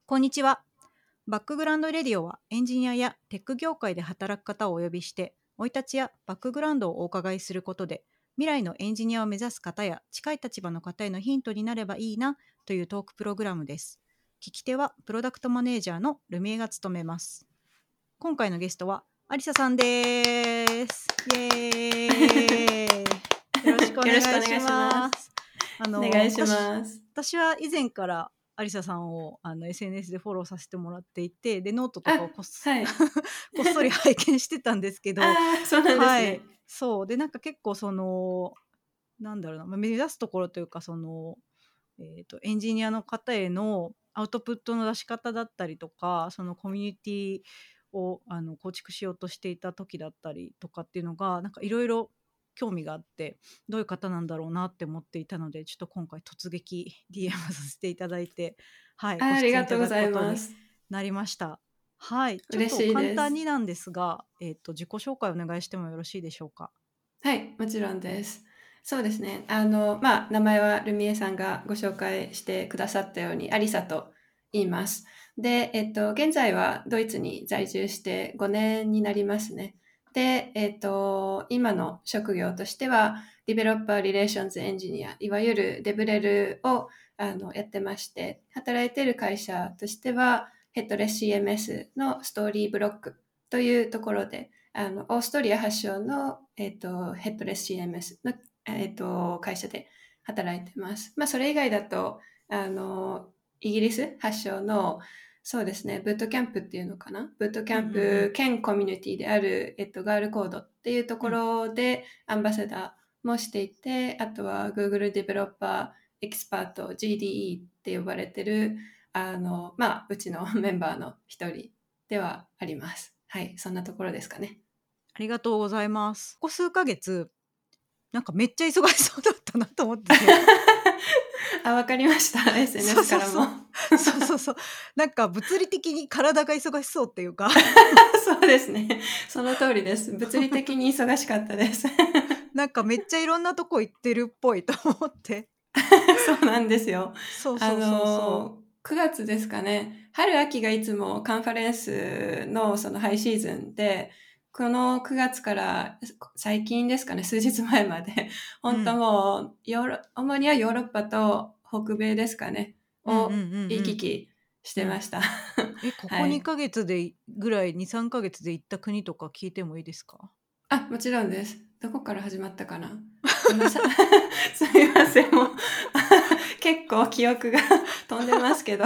こんにちは。バックグラウンドレディオはエンジニアやテック業界で働く方をお呼びして、生い立ちやバックグラウンドをお伺いすることで、未来のエンジニアを目指す方や近い立場の方へのヒントになればいいなというトークプログラムです。聞き手はプロダクトマネージャーのルミエが務めます。今回のゲストはアリサさんです。イエーイ。よろしくお願いしよろしくお願いしまます。 お願いし私ます。 は以前からアリサさんをSNS でフォローさせてもらっていて、でノートとかをはい。 こっそり拝見してたんですけど、 そうなんですはい、 ね。 そうでなんか結構なんだろうな、目指すところというかエンジニアの方へのアウトプットの出し方だったりとか、そのコミュニティを構築しようとしていた時だったりとかっていうのがなんかいろいろ興味があって、どういう方なんだろうなって思っていたので、ちょっと今回突撃 DM させていただいて、はい、ごあり出演いただくがとうございことにます。 なりました。はい、ちょっ嬉と簡しいです。 単になんですが、自己紹介お願いしてもよろしいでしょうか。 はい、もちろんです。そうですね。名前はルミエさんがご紹介してくださったように、アリサと言います。で、現在はドイツに在住して5年になりますね。で、今の職業としては、ディベロッパーリレーションズエンジニア、いわゆるデブレルをやってまして、働いている会社としては、ヘッドレス CMS のストーリーブロックというところで、オーストリア発祥の、ヘッドレス CMS の、会社で働いてます。まあ、それ以外だと、イギリス発祥の、そうですね、ブートキャンプっていうのかな、ブートキャンうんうんうんプ兼コミュニティである、ガールコードっていうとこうんろでアンバサダーもしていて、あとは Google デベロッパーエキスパート GDE って呼ばれてる、うちのメンバーの一人ではあります。はい、そんなところですかね。 ありがとうございます。ここ数ヶ月なんかめっちゃ忙しそうだったなと思ってて。 わかりました。 そう SNS からも。 そうそう。そうそうそう。なんか物理的に体が忙しそうっていうか。 そうですね。その通りです。物理的に忙しかったです。 なんかめっちゃいろんなとこ行ってるっぽいと思って。 そうなんですよ。 そうそうそうそう。 9月ですかね。春秋がいつもカンファレンスのそのハイシーズンで、この9月から最近ですかね、数日前まで、本当うん。 もう主にはヨーロッパと北米ですかね、をうんうんうん行うん。 き来してうん。 ました。 ここはい。 2ヶ月でぐらい、2、3ヶ月で行った国とか聞いてもいいですか？ もちろんです。どこから始まったかな。すみません、もう結構記憶が飛んでますけど、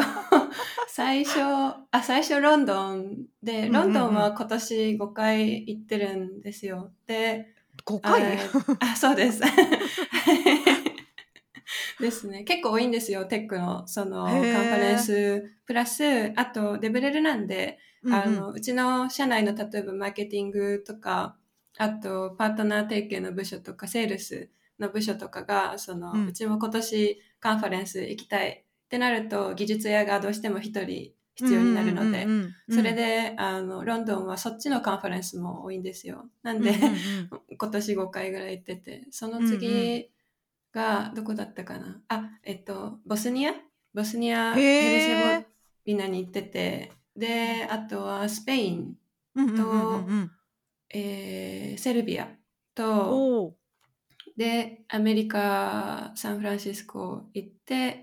最初ロンドンで、 うんうんロンドンうん。 は今年5回行ってるんですよ。で、 5回？ そうです。ですね。結構多いんですよ、テックの、そへの、カンファレンえ。 ス、プラス、あと、デブレルなんで、 うんうん。 うちの社内の、例えば、マーケティングとか、あと、パートナー提携の部署とか、セールスの部署とかが、その、ううん。 ちも今年カンファレンス行きたいってなると、技術屋がどうしても一人うんうん必要になるうんうんので、 うんうん。 それで、ロンドンはそっちのカンファレンスも多いんですよ。なんで、 うんうんうん。 今年5回ぐらい行ってて、そのうんうん。 次、が、どこだったかなボスニア・ヘルセへえ。 ゴビナに行ってて、で、あとはスペインうんうんうんうんと、 うん。 セルビアと、 おお。 で、アメリカ、サンフランシスコ行って、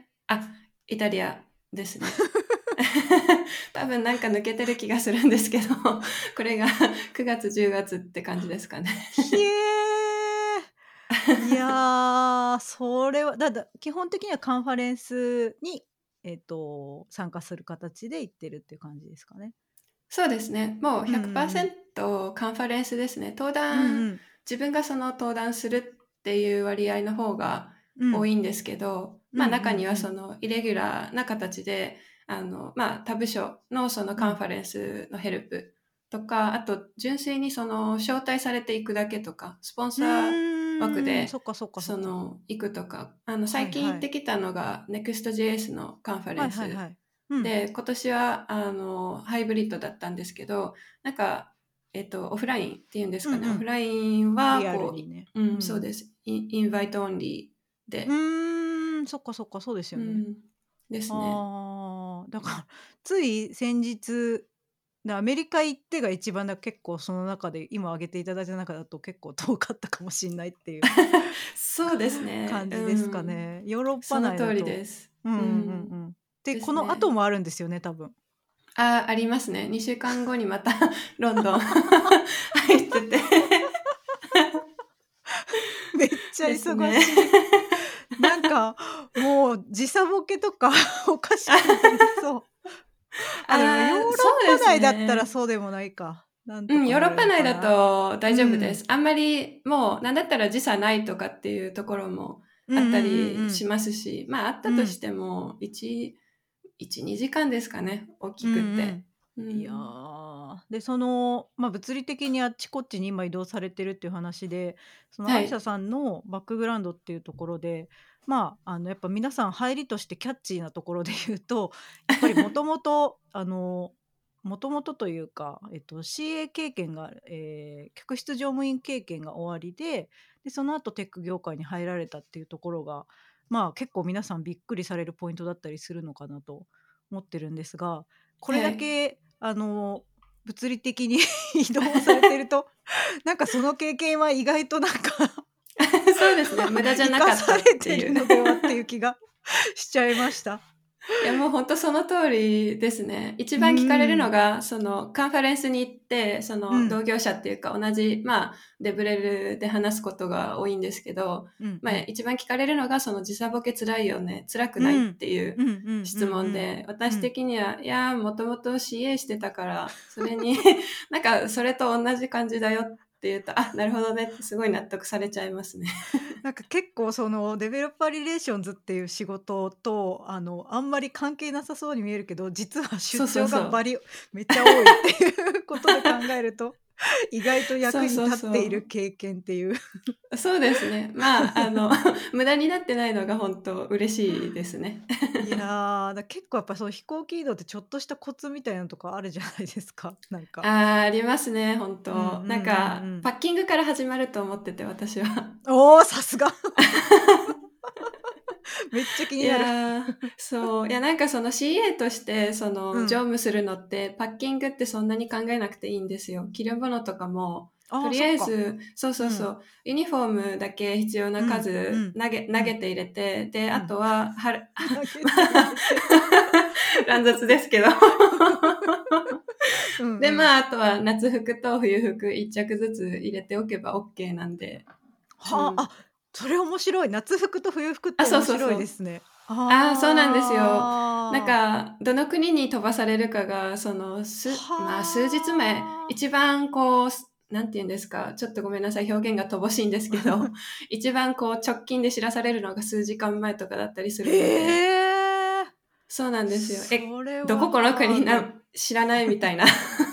イタリアですね。多分なんか抜けてる気がするんですけど、これが9月、10月って感じですかね。 ひえ。いやー、それは基本的にはカンファレンスに、参加する形で行ってるっていう感じですかね？ そうですね。もううんうんうん。 100%カンファレンスですね。 うんうん。 自分がその登壇するっていう割合の方がうん。 多いんですけど、 うんうん中にはうん。 そのイレギュラーな形で、他部署のそのうん。 カンファレンスのヘルプとか、あと純粋にその招待されていくだけとか、スポンうサー枠ーん、そでっかそっかそっか。 その行くとか、最近行はいはい。 ってきたのが Next.js のカンファレはンスいはいはい。うん。 で、今年は、ハイブリッドだったんですけど、なんか、オフラインっていうんですかね。オフうんうん。 ラインは、 リアルこにね。 う、そううん。 です。インバイトオンリーうで、 ーん、そっかそっか、そうですよね。 うん、ですね。 ああ、 だからつい先日アメリカ行ってが一番結構その中で今挙げていただいた中だと結構遠かったかもしんないっていうそうですね。 感うじですかん。 ね。ヨーロッパその通り内だと。 です。 うんうんうんうん。 うん。で、 でこすね。 の後もあるんですよね、多分。 ありますね。2週間後にまたロンドン入っててめっちゃですね。 忙しい。なんか、もう時差ボケとかおかしくなりそう。あ、でもヨーロッそうですパ内だったらね。 そうでもないか。なんうん、ヨーロッとかなるパ内だのかな。 と大うん。 丈夫です。あんまりもうなんだったら時差ないとかっていうところもあったうんうんうんうん。 りしますし、まあ、あったうん。 としても1、2時間ですかね、大きうんくて。 うん。 ういや、 ん。 で、物理的にあっちこっちに今移動されてるっていう話で、そのアリサはい。 さんのバックグラウンドっていうところで、やっぱ皆さん入りとしてキャッチーなところで言うと、やっぱりもともとというか、CA 経験が、客室乗務員経験が終わりで、その後テック業界に入られたっていうところが、結構皆さんびっくりされるポイントだったりするのかなと思ってるんですが、これはい。 だけ物理的に移動されてると、なんかその経験は意外となんかそうですね、無駄じゃ生かさなかったっれてるていう。 のではっていう気がしちゃいました。 いや、もうほんとその通りですね。一う番聞かれるーん。 のが、そのカンファレンスに行って、そうん。 の同業者っていうか同じ、レベルで話すことが多いんですけど、 うんうん。 一番聞かれるのが、その時差ボケ辛いよね、辛くないっうん。 ていううんうんうん質問うん。 で、 うん。 私的には、いや、もともと CA してたから、それになんかそれと同じ感じだよって言うと、あ、なるほどねってすごい納得されちゃいますね。 なんか結構そのデベロッパーリレーションズっていう仕事と、あんまり関係なさそうに見えるけど、実は出そうそう張がそう。 めっちゃ多いっていうことで考えると、意外と役にそうそう立っているそう。 経験っていう。 そうですね。無駄になってないのが本当嬉しいですね。 いや結構やっぱその飛行機移動ってちょっとしたコツみたいなのとかあるじゃないですか、なんか。 ありますね、本うんうんう当。なんか、 んうん。 パッキングから始まると思ってて、私は。 おお、さすが。めっちゃ気いになる。 や、そう。いや、なんかその CA として、その乗うん。 務するのって、パッキングってそんなに考えなくていいんですよ。着るものとかも、とああ、 りそっか。 あえずそうそうん。 うそう、ユニフォームだけ必要なうんう数ん投うん。 げて入れて、で、あうん。 とは、 投げて入れて。 乱雑ですけど。で、 うんうん。 あとは夏服と冬服1着ずつ入れておけばオッケーなんで。うはあ、 ん。 あ、それ面白い。夏服と冬服ってそう面白そうそう。 いですね。 そうなんですよ。なんああ。 か、どの国に飛ばされるかが、数日前、 はあ。 一番こう、なんて言うんですか、ちょっとごめんなさい、表現が乏しいんですけど、一番こう直近で知らされるのが数時間前とかだったりするので、 へえ。 そうなんですよ。 それどはここの国ハード。 知らないみたいな。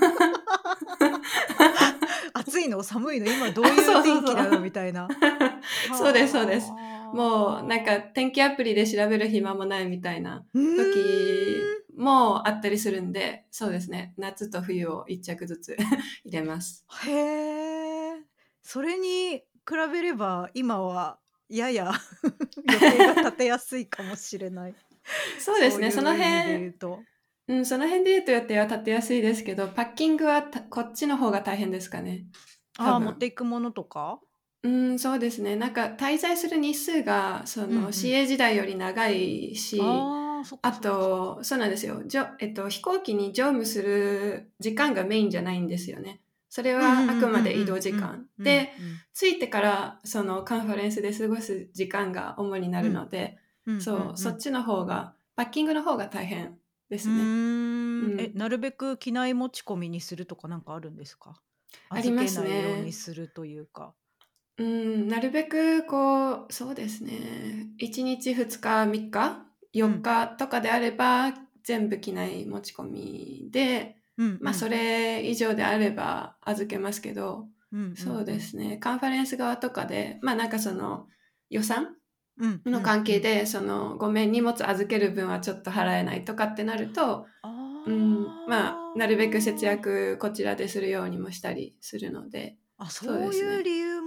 暑いの？寒いの？今どういうそうそうそう。 天気なの？みたいな。 そうですそうです。もうなんかはあ。 天気アプリで調べる暇もないみたいなうー時ん。 もあったりするんで、そうですね。夏と冬を1着ずつ入れます。 へえ。それに比べれば、今はやや予定が立てやすいかもしれない。そうそうですね。 いう意味で言うと。 その辺で言うと予定は立てやすいですけど、パッキングはこっちの方が大変ですかね。多ああ、持って分。 いくものとか？ そうですね。なんか滞在する日数が、そのうんうん。 CA 時代より長いし、 ああ、そっあかそっかそっと、 か。 そうなんですよ。飛行機に乗務する時間がメインじゃないんですよね。それうんうんはあくうんうんまで移動時うん間。 うん。うんで、 うん。 着いてからそのカンファレンスで過ごす時間が主になるうん。 ので、 うんうんそう、 うん。 そっちの方が、パッキングの方が大変でうすね。 ーん。え、 うん。 なるべく機内持ち込みにするとかなんかあるんですか？預けありますないようにね。 するというか。 なるべくこう、そうですね、1日、2日、3日、4 うん。 日とかであれば、全部機内持ち込みで、そうんうん。 れ以上であれば預けますけど、 うんうそうんうん。 ですね、カンファレンス側とかで、なんかその、予算うんうのんうん。 関係で、その、ごめん、荷物預ける分はちょっと払えないとかってなると、なるべく節ああ。 約こちらでするようにもしたりするので、 あ、 そうでそういうすね。 理由も。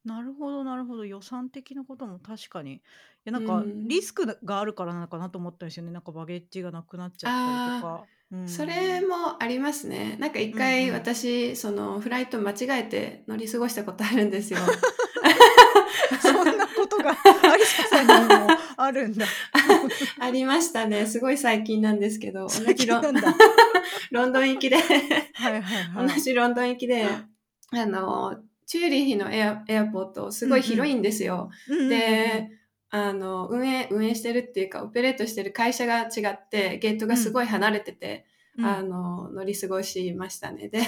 なるほどなるほど。予算的なことも確かに。いやなうんかリん。 スクがあるからなのかなと思ったんですよね。なんかバゲッジがなくなっちゃったりとああ、 か。 それもありますね。なんか一うんう回ん。 私、そのフライト間違えて乗り過ごしたことあるんですよ。 そんなことがアリサさんにもあるんだ。 ありましたね。すごい最近なんですけど、同最じ近なんだ。 ロンドン行きではいはい同はい。 じロンドン行きで、チューリッヒのエアポート、すうんうん。 ごい広いんですよ。 うんうんうんうん。 で、運営してるっていうか、オペレートしてる会社が違って、ゲートがすうんごい離れてて、 うん。 乗り過ごしましたね。で、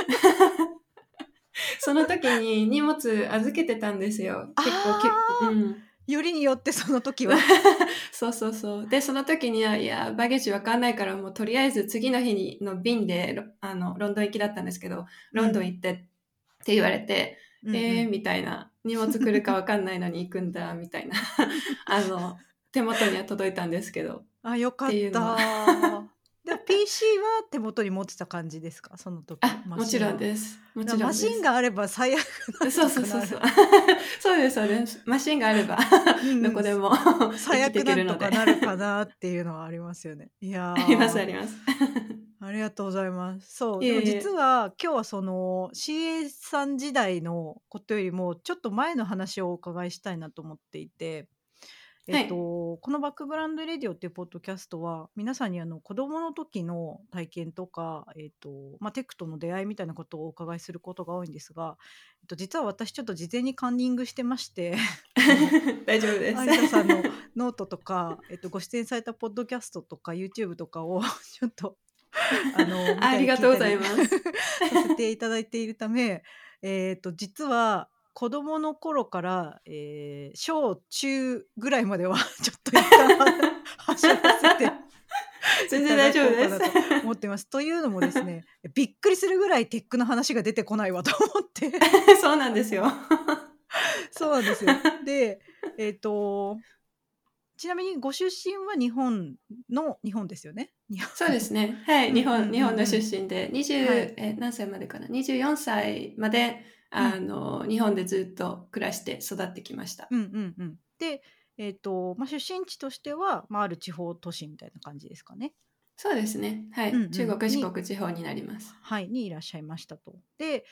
その時に荷物預けてたんですよ。 あ結構うあ、 ん。 よりによってその時は。 そうそうそう。で、その時には、いや、バゲージわかんないから、もうとりあえず次の日の便で、ロンドン行きだったんですけど、ロンドうん。 ン行ってって言われて、 うんうん。 みたいな。荷物来るかわかんないのに行くんだ、みたいな。あの、手元には届いたんですけど、っあ、よかっていうのは。 た。でも PC は手元に持ってた感じですか？その時、 あ、もちろんマシンは。 です。もちろマシんです。 ンがあれば最悪なんそうとそうそうそう。 かなる。 そうですそうです。マシンがあればうんうん。 どこでも生きて最悪なんいけるので。 とかなるかなっていうのはありますよね。いやありますー、 あります。 ありがとうございます。そう、 いでもえいえ。 実は今日はその CA さん時代のことよりも、ちょっと前の話をお伺いしたいなと思っていて、 はい。 このバックグラウンドレディオっていうポッドキャストは、皆さんに子供の時の体験とか、テクとの出会いみたいなことをお伺いすることが多いんですが、実は私ちょっと事前にカンニングしてまして、 大丈夫です。 アリサさんのノートとか、ご出演されたポッドキャストとか YouTube とかをちょっと見たりありがとうござい聞いたります。 させていただいているため、実は子供の頃から、小中ぐらいまではちょっと一旦はしょらせて全然いただ大丈夫です。 こうかなと思ってます。というのもですね、びっくりするぐらいテックの話が出てこないわと思ってそうなんですよ。 そうなんですよ。で、えっと、ちなみにご出身は日本ですよね？日そう本。 ですね。はい、 うんうんうん日本の出うん。 身で、 はい。 何歳までかな、24歳まで、 うん。 日本でずっと暮らして育ってきました。 うんうんうん。で、出身地としては、ある地方都市みたいな感じですかね。 そうですね。はい。 うんうん。 中国、四国地方になります。 はい、にいらっしゃいましたと。で、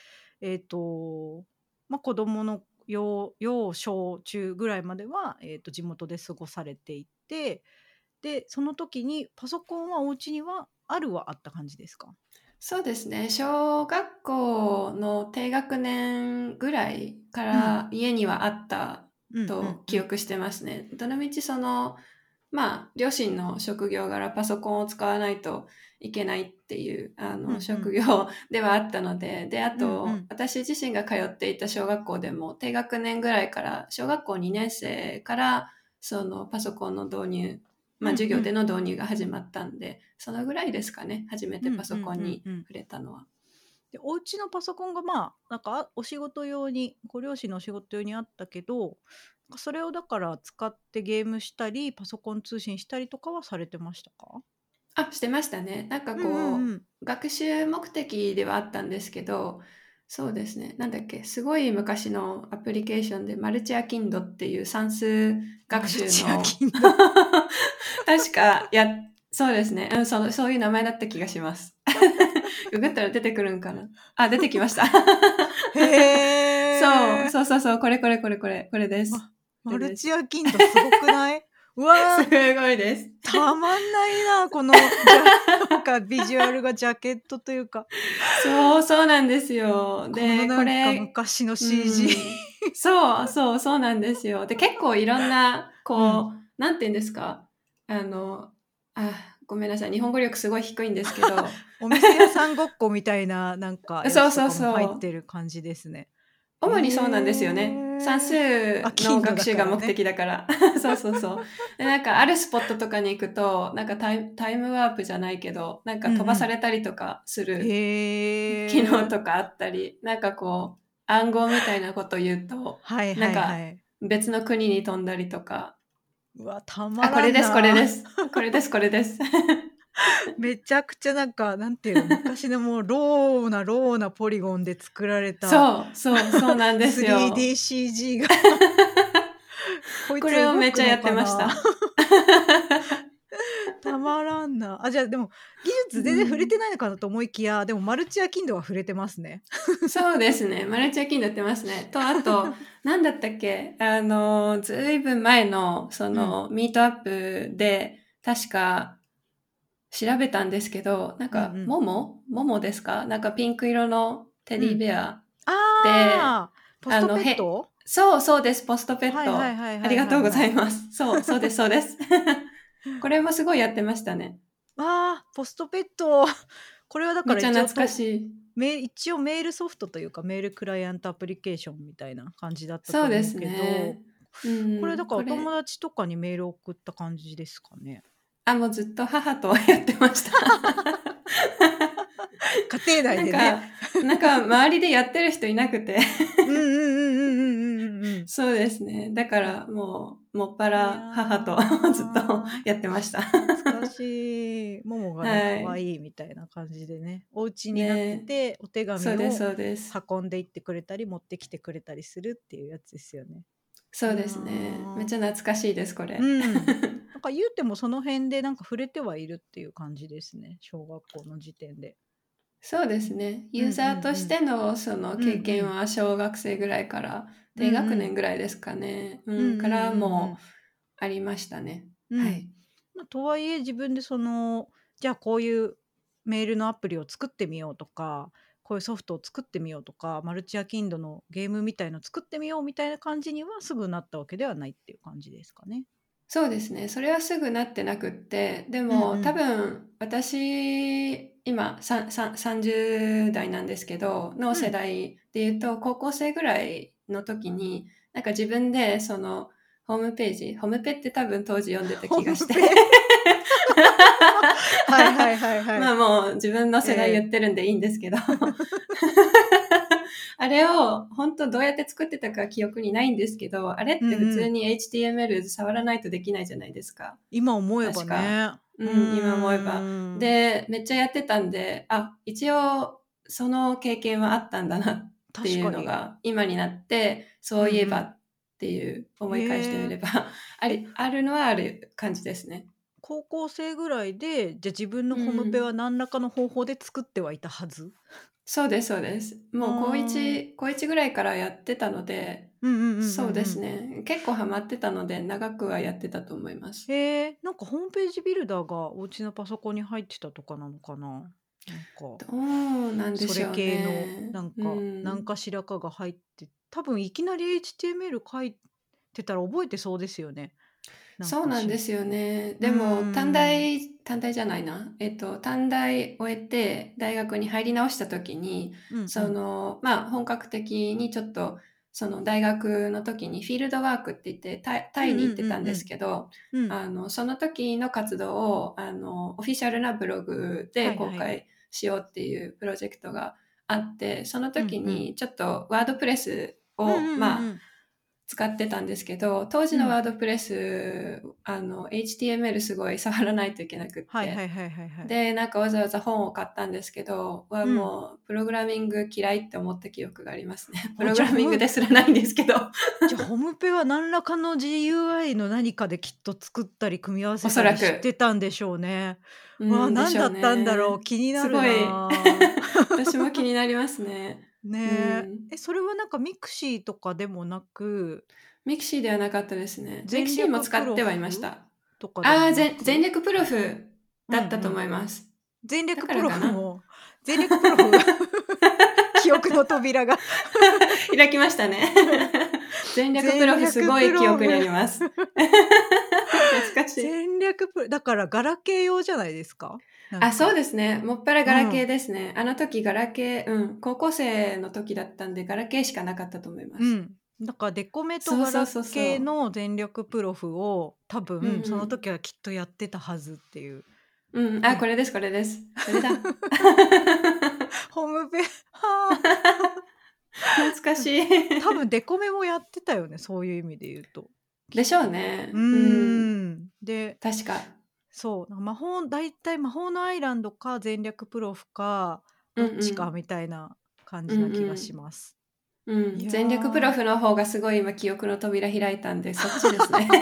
子供の幼小中ぐらいまでは、地元で過ごされていて、で、その時にパソコンはお家にはあった感じですか？ そうですね。小学校の低学年ぐらいかうん。 ら家にはあったうんうんうん。 と記憶してますね。どのみち両親の職業柄パソコンを使わないといけないっていう、 うんうん。 職業ではあったので、で、あと、 うんうん。 私自身が通っていた小学校でも低学年ぐらいから、小学校2年生から、そのパソコンの導入、授業でうんうん。 の導入が始まったんで、そのぐらいですかね、初めてパうんうんソコンにうんうん。 触れたのは。 で、お家のパソコンが、お仕事用にご両親のお仕事用にあったけど、それをだから使ってゲームしたり、パソコン通信したりとかはされてましたか？ あ、してましたね。 うんうんうん。 学習目的ではあったんですけど、そうですね、なんだっけ、すごい昔のアプリケーションでマルチアキンドっていう算数学マルチア習のキンド。 確か、そうですね、そういう名前だった気がします。ググったら出てくるんかな。あ、出てきました。 へえ。 これです。こマルチれです。 アキンドすごくない？うすわ、 ごいです。 たまんないな、この、なんかビジュアルがジャケットというか、 そうなんですよ。 こので、こなんかれ昔のう CG。 ん。そうなんですよ。で、結構いろんな、 うん。 なんて言うんですか、あの、ごめんなさい、日本語力すごい低いんですけど、 お店屋さんごっこみたいな、なんかやそうつとかも入っそうそう。 てる感じですね。 主にそうなんですよね。算へえ。あ、 数の金土だ学習が目からね。 的だから。そうそうそう。で、なんかあるスポットとかに行くと、なんかタイムワープじゃないけど、なんか飛ばさうんうん。 れたりとかする機能へえ。 とかあったり、なんか暗号みたいなこと言うと、 はいなんかはいはい。 別の国に飛んだりとか、 うわ、たまあ、 らんな。 これです。 めちゃくちゃなんか、なんていうの、昔のもうローなポリゴンで作られたそうなんですよ。 3DCG がこいこれをつ動くめっちゃやってのかなました。 たまらんな。あ、じゃあでも、技う術全然触れん。 てないのかなと思いきや、でもマルチアキンドは触れてますね。 そうですね。マルチアキンやってますね。と、あと、なんだったっけずいぶん前の、 うん。 ミートアップで、確か調べたんですけど、なんか、 うんうん。 モモですか？なんかピンク色のテディうん。 ベアで、 ああ、ポストペット？ そうです、ポストペッはいはいト。 はいはいありがとうごはいはい。 ざいます。そうです、そうです。これもすごいやってましたね。 ああ、ポストペット。これはだからめっちゃ懐かしい。 一応メールソフトというか、メールクライアントアプリケーションみたいな感じだったとそうです思うけど、 ね。うんうん。 これだからお友これ、 達とかにメールを送った感じですかね？ もうずっと母とやってました。 家庭内でね。 なんか、周りでやってる人いなくて。 うんうんうんうんうんうんうんうん。 そうですね。だかあ、 らもう、もっぱいやら母とずっとー、 やってました。 懐かしい。ももがね、可はい。 愛いみたいな感じでね、お家になってね。 て、お手そうです紙をそうです。 運んで行ってくれたり、持ってきてくれたりするっていうやつですよね。いやそうですね。めっー、 ちゃ懐かしいです、こうれ。 ん。なんか言うてもその辺でなんか触れてはいるっていう感じですね、小学校の時点で。 そうでうん。 すね。 うんうユーザーとしんてのそのうん。うん経験うん。 は小学生ぐらいから、低学うんうん。 年ぐらいですかね。 うんうんからもうんありましたね。 うん。うん。 はい。 ま、とはいえ自分でじゃあこういうメールのアプリを作ってみようとか、こういうソフトを作ってみようとか、マルチアキンドのゲームみたいの作ってみようみたいな感じにはすぐなったわけではないっていう感じですかね。 そうですね。それはすぐなってなくって、でも多うんうん。 分私、今30代なんですけど、の世うん。 代で言うと、高校生ぐらいの時に、なんか自分でホームペって多分当時読んでたホ気がして。 ームペ？はいはいはいはい。 もう自分の世代ええ。 言ってるんでいいんですけど。あれを本当どうやって作ってたか記憶にないんですけど、あれって普うんうん。 通に HTML 触らないとできないじゃないですか。 今思えば確か。 ね。う今思えば。 ーん。 で、めっちゃやってたんで、一応その経験はあったんだなっていう確かに。 のが、今になって、そういえばうんうん。 っていう思い返してみへえ。 ればえ、 あるのはある感じですね。 高校生ぐらいで、じゃ、自分のうホームペはん。 何らかの方法で作ってはいたはず？ そうですそうです。 あもうあ。 高1ぐらいからやってたので、 うんうんうんうんそうでうん。 すね。結構ハマってたので、長くはやってたと思います。 へえ、なんかホームページビルダーがお家のパソコンに入ってたとかなのかな？なんか、 どうなんでそれしょう系のね。 なんか、何かしらかが入って、多分いきなり HTML 書いてたら覚えてそうですよね。なんそうかなんですよね。 うーでも、 ん。 短大じゃないな。短大終えて大学に入り直した時に、 うんうん。 本格的にちょっと、その大学の時にフィールドワークって言って、タイに行っうんうんてたんですうんうん。 けど、 うん。 その時の活動を、オフィシャルなブログではいはい。 公開しようっていうプロジェクトがあって、そのうんうん。 時にちょっとワードプレスを、 うんうんうんうん。 使ってたんですけど、当時うん。 のワードプレス、HTML すごい触らないといけなくって。 はいはいはいはいはい。 で、なんかわざわざ本を買ったんですけど、 うん。 もうプログラミング嫌いって思った記憶がありますね。プあ、 ログラミングですらないんですけど。 じゃ、ホームペは何らかの GUI の何かできっと作ったり組み合わおそせたりしてらく。 たんでしょうね。わあ、 でしょう何だったんだろう、 ね。 気になするごい、 な。 私も気になりますね。うねえ。 ん。 それはなんかミクシーとかでもなく、 ミクシーではなかったですね。ミク全シーも略プロ使ってはいましフた。 とかでも全なく？ 力プロフうんうだったと思ん。 います。だか全略プロらかな。 フも全略プロフ記憶の扉が開きましたね。全略プロフす全略ごい記憶にあプロフります。懐かしい。 全略だからガラケー用じゃないですか？なんそうか。 ですね。もっぱらガラケーうん。 ですね。あの時ガラケー、高校生の時だったんで、ガラケーしかなかったと思います。 うん。だからデコメとガラそうそうそうそう。 ケーの全力プロフを多うんう分そのん。 時はきっとやってたはずっていう。 こで、 れです、これです。それだ。 ホームペはあ。 懐かしい。 多分デコメもやってたよね、そういう意味で言うと。きっでしょうと。うね。 ーん。で、 確か。 そう、大体魔法のアイランドか全略プロフか、 うんどっちかうん。 みたいな感うんじな気がうん。 します。 うん、 いや全力プロー。 フの方がすごい今記憶の扉開いたんで、そっちですね。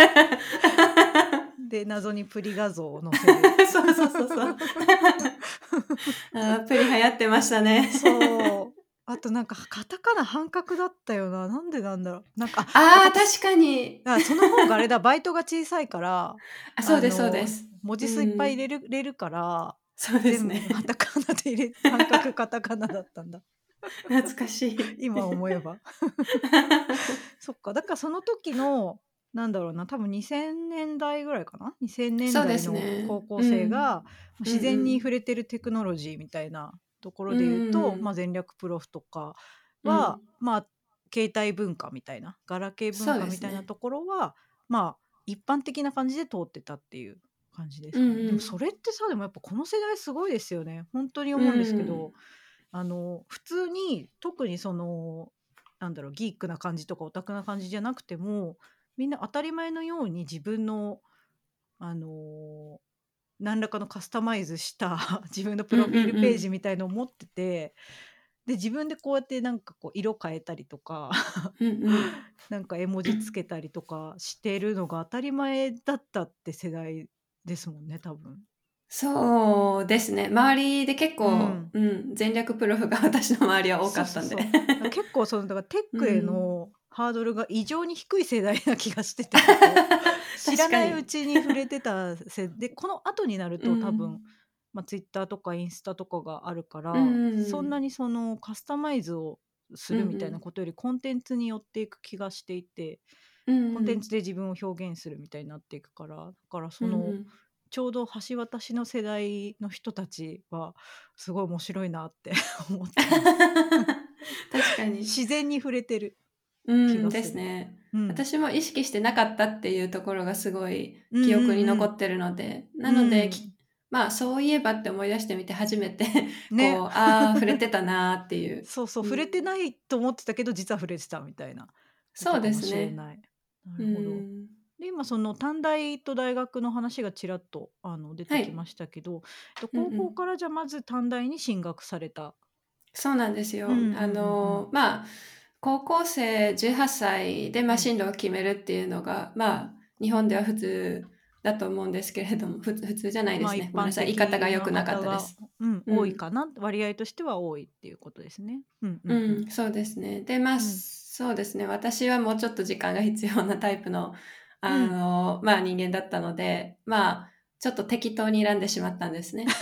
で、謎にプリ画像を載せる。 そうそうそうそう。あープリ流行ってましたね。 そう。あとなんか、カタカナ半角だったよな。なんでなんだろう。なんか、分ああ、 かった。 確かに。 その方があれだ、バイトが小さいから、 あ、そうですそうです。 文う字数いっぱいん。 入れるから、 そうですね。 全部カタカナで半角カタカナだったんだ。 懐かしい。 今思えば。そっか、だからその時の、なんだろうな、多分2000年代ぐらいかな？2000年そうです代のね。 高校うん。 生が、 うん自然うん。 に触れてるテクノロジーみたいなところうんで言うと、 うん。 全略プロフとかは、 うん。 携帯文化みたいな、ガラケー文そう化ですね。 みたいなところは、一般的な感じで通ってたっていう感じですうんかね。でもうん。 それってさ、でもやっぱこの世代すごいですよね。ほんとにう思うんですけん。 ど、普通に、特にその、なんだろう、ギークな感じとかオタクな感じじゃなくても、みんな当たり前のように自分の、あの、何らかのカスタマイズした自分のプうんロフィールページうんうん。 みたいのを持ってて、で、自分でこうやってなんかこう色変えたりとか、 うんうん。 なんか絵文字つけたりとかしてるのが当たり前だったって世代ですもんね、多分。 そうですね。周りで結構、 うん。 うん、全略プロフが私の周りは多かったんで。 そうそうそう。結構その、だからテッうクへん。 のハードルが異常に低い世代な気がしてて、こう、知らないう確かに。 ちに触れてたで、この後になるうと多分、 ん。 Twitter とかインスタとかがあるかうんら、 うんうん。 そんなにそのカスタマイズをすうんうるみたいなん。 ことより、コンテンツに寄っていく気がしていて、 うんコンテンツうん。 で自分を表現するみたいになっていくから、だからうんうその、 ん。 ちょうど橋渡しの世代の人たちは、すごい面白いなって思ってます。 確かに。 自然に触れてるうん、で気がする。 すね。 うん。 私も意識してなかったっていうところがすごいうん記憶にうんうん。 残ってるので、なうので、 ん。 まあ、そういえばって思い出してみて初めてね。 こう、ああ、触れてたなっていう。 そうそう、 うん。 触れてないと思ってたけど、実は触れてたみたいなこそうでとかもすね。 しれない。なうるほど。 ん。 で、今その短大と大学の話がちらっと出はい。 てきましたけど、 うんうん。 高校からじゃあまず短大に進学された。 そうなんですよ。 うんうんうんうん。 高校生18歳で、 うん。 進路を決めるっていうのが、日本では普通だと思うんですけれども、普通じゃないですね。 一般ごめんなさい。言い方が的な良くなかっ方が、 たです。うん。 多いかな、割合としては多いっていうことですね。うんうんうん。 うん、そうですね。で、 うん。 そうですね。私はもうちょっと時間が必要なタイプの、 うん。 人間だったので、ちょっと適当に選んでしまったんですね。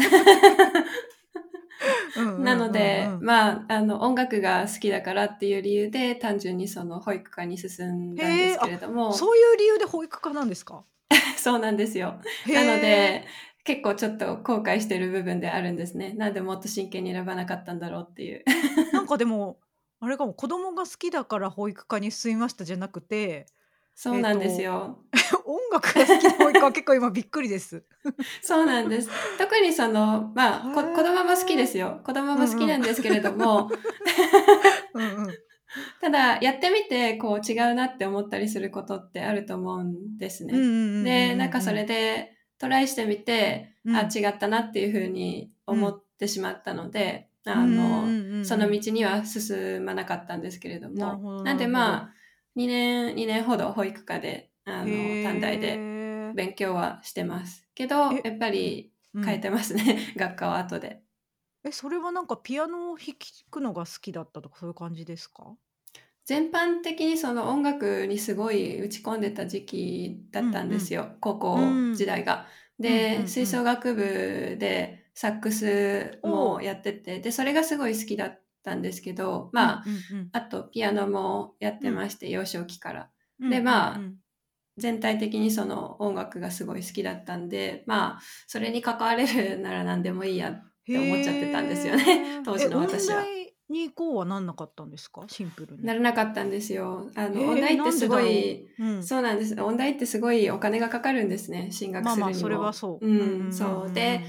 うんうなんうんうので、 ん。 音楽が好きだからっていう理由で、単純にその保育科に進んだんでへえ、 すけれども、 そういう理由で保育科なんですか？ そうなんですよ。 へなのえ。 で、結構ちょっと後悔してる部分であるんですね。なんでもっと真剣に選ばなかったんだろうっていう。 なんかでも、あれかも、子供が好きだから保育科に進みましたじゃなくて、 そうなんですえっと、 よ。 音楽が好きで保育科は結構今びっくりです。 そうなんです。特にその、 へ子供も好きでえ。 すよ。子供も好きうんうん。 なんですけれども、 うんうん。 ただ、やってみて、こう違うなって思ったりすることってあると思うんですうんうんね。で、 うんうんなんかそれうんうん。 でトライしてみて、あ、 うん。 違ったなっていう風にうん。 思ってしまったので、 うんうんうんそうんうん。 の道には進まなかったんですけれども、 なるほどなんでなるほど。 2年ほど保育科で、 へ短大でえ。 勉強はしてます。けど、 え、 やっぱり変えうん。 てますね、学科は後で。 それはなんかピアノを弾くのが好きだったとかそういう感じですか？ 全般的にその音楽にすごい打ち込んでた時期だったんうんうん。 ですよ、高う校ん。 時代が。 うんうで、吹奏んうん。 楽部でサックスおお。 もやってて、で、それがすごい好きだったんですけど、 うんうんうん。 あとピアノもやってうん。 まして、幼少期から。で、 うんうんうん。 全体的にその音楽がすごい好きだったんで、それに関われるなら何でもいいやって思っちゃってたんですよね、 へえ。 当時の音私は。 大に行こうはなんなかったんですか？シンプルに。 ならなかったんですよ。音へえ、なん大ってすでだろごいう。うん。 そうなんです。音大ってすごいお金がかかるんですね、進学するにそれはも。 そう。うんうんうんうんうん、そう。で、 うんうん。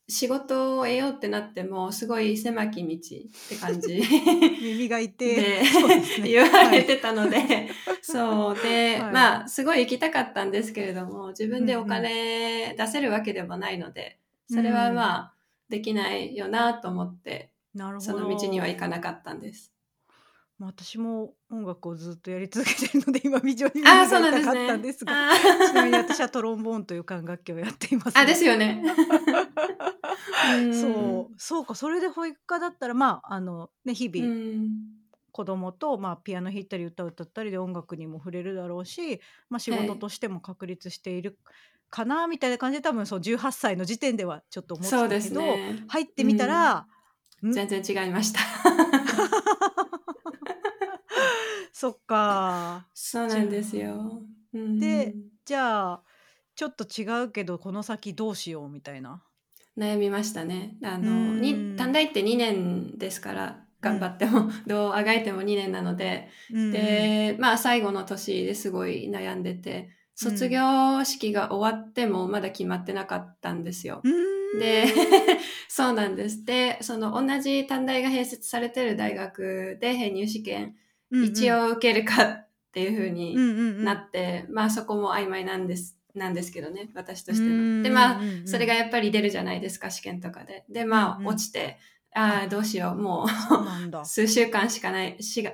仕事を得ようってなっても、すごい狭き道って感じ耳がいて、 でそうですね。 言わはい。 れてたので、そう。で、 はい。 まあ、すごい行きたかったんですけれども、自分でおうんうん。 金出せるわけでもないので、 うそれはん。 まあ、できないよなと思って、 なるほその道には行ど。 かなかったんです。 まあ、私も音楽をずっとやり続けてるので、今非常にああ、 耳がそうなんで痛かったんすね。 ですが、 あちなみに私あ。 はトロンボーンという管楽器をやっていまあ、ですが。 すよね。うーん。 そう、そうか、それで保育科だったら、まあ、ね、日う 々 ん。 子供と、まあ、ピアノ弾いたり歌を歌ったりで音楽にも触れるだろうし、まあ、仕はい。 事としても確立しているかなみたいな感じで、多分そう18歳の時点ではちょっと思ってそうですたけど、 ね。 入ってみたうん。 ら、ん？ 全然違いました。 そっか。じゃそうなんですあ、 よ。うで、 ん。 じゃあ、ちょっと違うけど、この先どうしようみたいな。 悩みましたね。 うー短ん。 大って2年ですから、頑張うん。 っても、どうあがいても2年なので、 うんうん。 で、まあ最後の年ですごい悩んでて、卒うん。 業式が終わってもまだ決まってなかったんですよ。 うーで、 ん。 そうなんです。で、その同じ短大が併設されてる大学で編入試験、一うんうん。 応受けるかっていう風にうんうんうなん。 って、まあそこも曖昧なんですけどね、私とうんしての。で、 うんまあ、 うんうん。 それがやっぱり出るじゃないですか、試験とかで。で、 うんうまあ、落ん。 ちて、 あ、 ああ、どうしよう、もうそうなんだ。 数週間しかない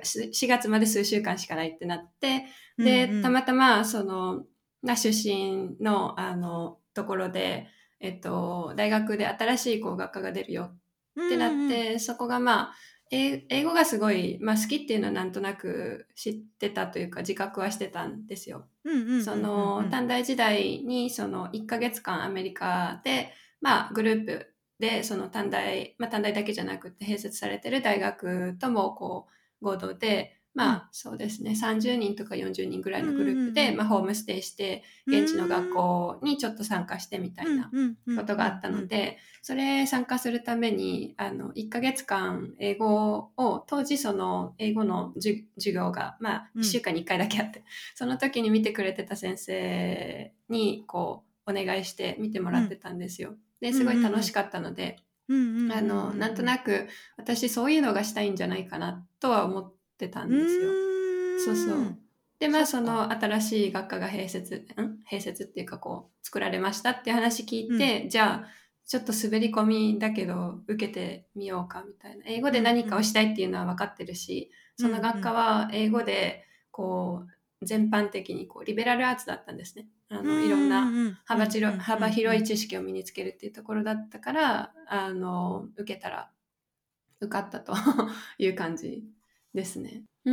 、4月まで数週間しかないってなって、 うんで、たうん。 またま、出身の、ところで、大学で新しい工学科が出るようんってなっうんうん。 て、そこがまあ、英語がすごい、まあ、好きっていうのはなんとなく知ってたというか、自覚はしてたんですよ。 うんうんうんうんうん。 短大時代に、1ヶ月間アメリカで、まあ、グループで、短大だけじゃなくて、併設されてる大学とも、こう、合同で、まうん。 あ、そうですね、30人とか40人ぐらいのグうんうんループで、 うんうん。 まあ、ホームステイして、 う現地の学ーん。 校にちょっと参加してみたうんいなうんうんことがあったうんうん。 ので、それ参加するために、1ヶ月間英語を、当時その英語の授業が、まあ、1 うん。 週間に1回だけあって、その時に見てくれてた先生に、こう、お願いして見てもうん。 らってたんですよ。で、 うんすごいうんうん。 楽しかったので、 うんうんうんうなんとんなく私そういうのがしたいんじゃないかなとは思ってたうん。 んですよ。そうそうーん。 う。で、まあ、 そっか。 その新しい学科が併設っていうかこう、作られましたっていう話聞いうん。 て、じゃあ、ちょっと滑り込みだけど受けてみようかみたいな。英語で何かをうんうん。 したいっていうのは分かってるし、 うその学んうん。 科は英語でこう、全般的にこう、リベラルアーツだったんですね。 うんういろんなんうんうん。うんうんう幅広いんうん。 知識を身につけるっていうところだったから、受けたら受かったという感じですね。うん。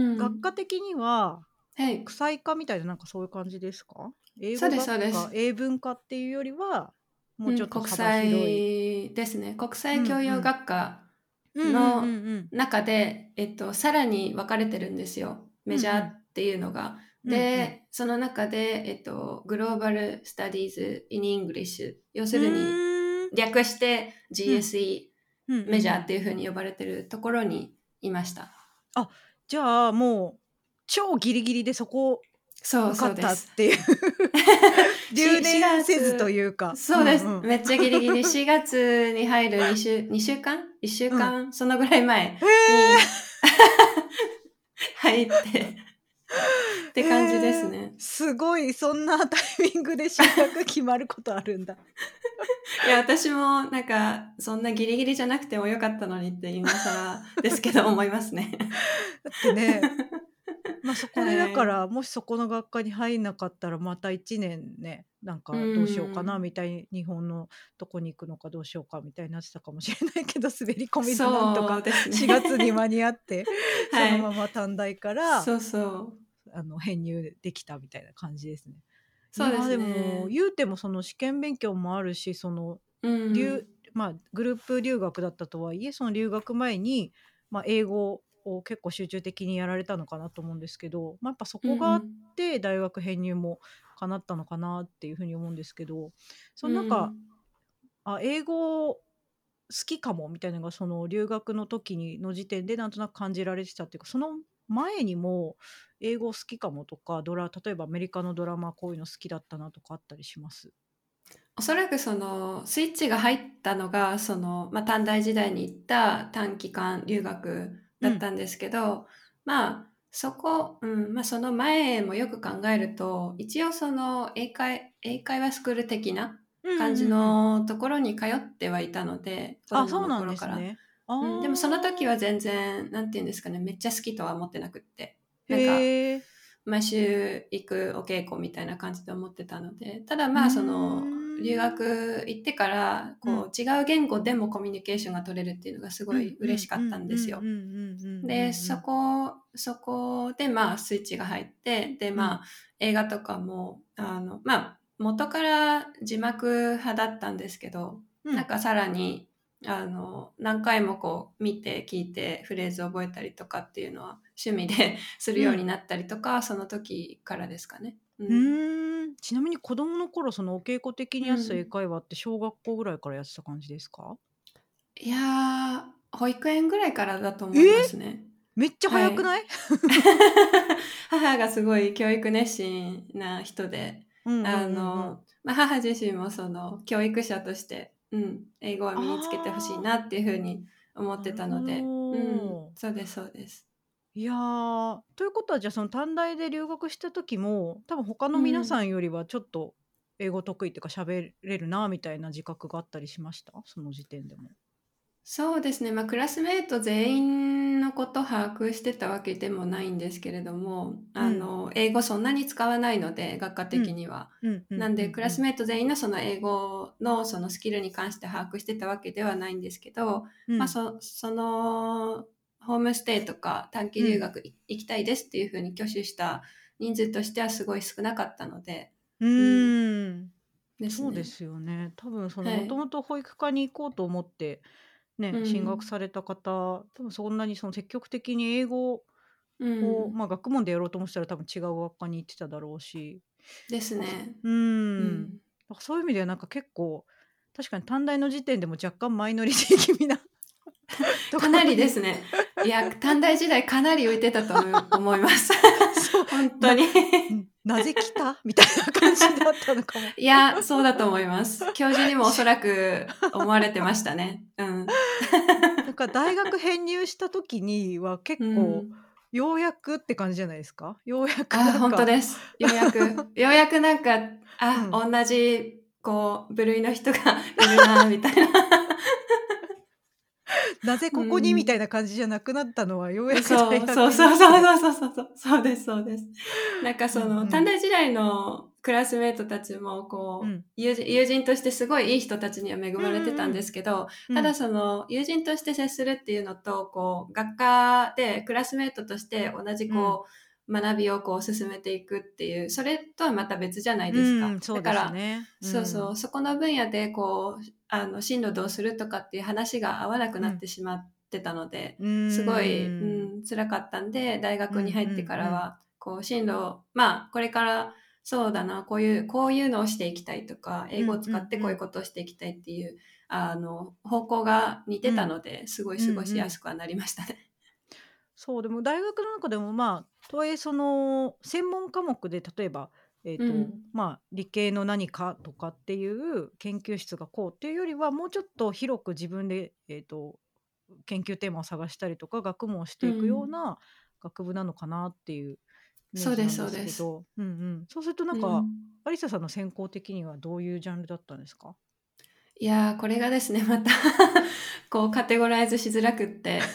学科的には、 はい。 国際科みたいな、なんかそういう感じですか？英そう語学科、 ですそうです。 英文科っていうよりは、もううん、 ちょっと国幅広い。 際ですね。国う際教養んうん。 学科うんうんうんのうん。 中で、さらに分かれてるんですよ。メジャーうんうん。 っていうのが。 うんうん。 で、その中で、グローバル・スタディーズ・イン・イングリッシュ。要うするに、 ーん。 略してうん。うんう GSE んメジャうん。 ーっていう風に呼ばれてるところにいました。 あ、じゃあ、もう、超ギリギリでそこそう受かったっそうです。 ていう留年 4 せずと月、 いうか。うそうです。 んうん。 めっちゃギリギリ4月に入る2週間 ?1 週うん。 間そのぐらい前へにえ。 入ってって感じですへえ、 ね。 すごい、そんなタイミングで進学決まることあるんだ。 いや、私もなんか、そんなギリギリじゃなくても良かったのにって今更ですけど思いますね。 だってね、ま、そこでだはい。 から、もしそこの学科に入んなかったら、また1年ね、なんうかどうしようかなん。 みたいに、日本のとこに行くのかどうしようかみたいになってたかもしれないけど、滑り込みでなんとかそうですね。 4月に間に合って、そはい。 のまま短大からそうそう。 編入できたみたいな感じですね。いや、 そうですでも、 ね。 言うてもその試験勉強もあるし、その、 うりゅうん。 まあ、グループ留学だったとはいえ、その留学前に、まあ、英語を結構集中的にやられたのかなと思うんですけど、まあ、やっぱそうんこがあっうん。 て、大学編入も叶ったのかなっていう風に思うんですけど、そうのなんか、 ん。 英語好きかもみたいなのが、その留学の時の時点でなんとなく感じられてたっていうか、その前にも英語好きかもとか、例えばアメリカのドラマこういうの好きだったなとかあったりします？ おそらくそのスイッチが入ったのが、その、短大時代に行った短期間留学うん。 だったんですけど、その前もよく考えると、一応その英会話スクール的なうん感じうんうんうん。 のところに通ってはいたので、子あ、 供のそうなん頃から。 ですね。あでもその時はあ。 全然、なんて言うんですかね、めっちゃ好きとは思ってなくって。なんか、 へえ。 毎週行くお稽古みたいな感じで思ってたので、ただうーその、留ん。 学行ってから、 うん。 違う言語でもコミュニケーションが取れるっていうのがすごうんいうんうんうん嬉しかったんですよ。 うんうんうんうで、 んうん。 そこでスイッチが入って、で、 うん。 映画とかも、元から字幕派だったんですけど、 うん。 なんかさらに、何回も見て聞いてフレーズを覚えたりとかっていうのは趣味でするうん。 ようになったりとか、その時からですかね。ううん。 ーん。ちなみに子供の頃、そのお稽古的にやってた英うん。 会話って小学校ぐらいからやってた感じですか？ いや保育園ぐらいからだとええ！ 思いますね。 めっちゃはい。 早くない？ 母がすごい教育熱心な人で、 うんうんうんうん。 母自身もその教育者として、英語は身につけてほしいあなっていう風に思あ、 ってなるほたので、 ど。 そうですそうです。 いや、ということは、じゃあ、その短大で留学した時も、多分他の皆さうん。 んよりはちょっと英語得意っていうか、喋れるなみたいな自覚があったりしました？その時点でも。 そうですね、クラスメイト全員のこと把握してたわけでもないんですけれども、 うん。 英語そんなに使わないので、学科うん。 的には。 うんうんなんで、クラスうんうん。 メイト全員のその英語のそのスキルに関して把握してたわけではないんですけど、 うん。 そのホームステイとか短期うん。 留学行きたいですっていうふうに挙手した人数としてはすごい少なかったので、 ううん、 ーん。 ですね。 そうですよね。多分そのはい。 もともと保育科に行こうと思ってうね、進学ん。 された方、多分そんなにその積極的に英語うを、 ん。 学問でやろうと思ってたら多分違う学科に行ってただろうし、 ですね。 うーん。 うん。 そういう意味ではなんか結構、確かに短大の時点でも若干マイノリティ気味なとかなころにりですね。いや、短大時代かなり浮いてたと思います。 そう、 本当に。 なぜ来た？みたいな感じだったのかも。 いや、そうだと思います。教授にもおそらく思われてましたね。うん。 なんか大学編入した時には結う構、 ん。 ようやくって感じじゃないですか？ようやくあ、本当なんかです。ようやくなんか、 うん。 同じ部類の人がいるなみたいな。 なぜうここにみたいん。 な感じじゃなくなったのは、ようやく大そう、そう学そうそうに来て。 そうそうそう。そうですそうです。なんかその、短うんうん。 大時代のクラスメイトたちも、 うん。 友人としてすごいいい人たちには恵うんまれてたんうんうん。 ですけど、ただうん。 その、友人として接するっていうのと、学科でクラスメイトとして同じうん。 学びを進めていくっていう、それとはまた別じゃないですか。 うん、そうでだから、 すね。うそうそう、 ん。 そこの分野で進路どうするとかっていう話が合わなくうん。 なってしまってたので、 うーすごい、 ん。 辛かったんで、大学にうんう入ってんうん。 からは、進路を、これからそうだな、こういうのをしていきたいとか、英語をうんう使ってこういうんうん。 ことをしていきたいっていう、方向が似てたうん。 ので、すごいうん過ごしうん。 やすくはなりましたね。 そう、でも大学の中でも、とはいえその、専門科目で例えば、 うん。 理系の何かとかっていう研究室がこうっていうよりは、もうちょっと広く自分で、研究テーマを探したりとか、学問をしうていくようん。 な学部なのかなっていうイメーそうですジなんでそうです。 すけど、うんうん。そうするとなんか、 うん。 アリサさんの専攻的にはどういうジャンルだったんですか？ いやー、これがですね、またカテゴライズしづらくって、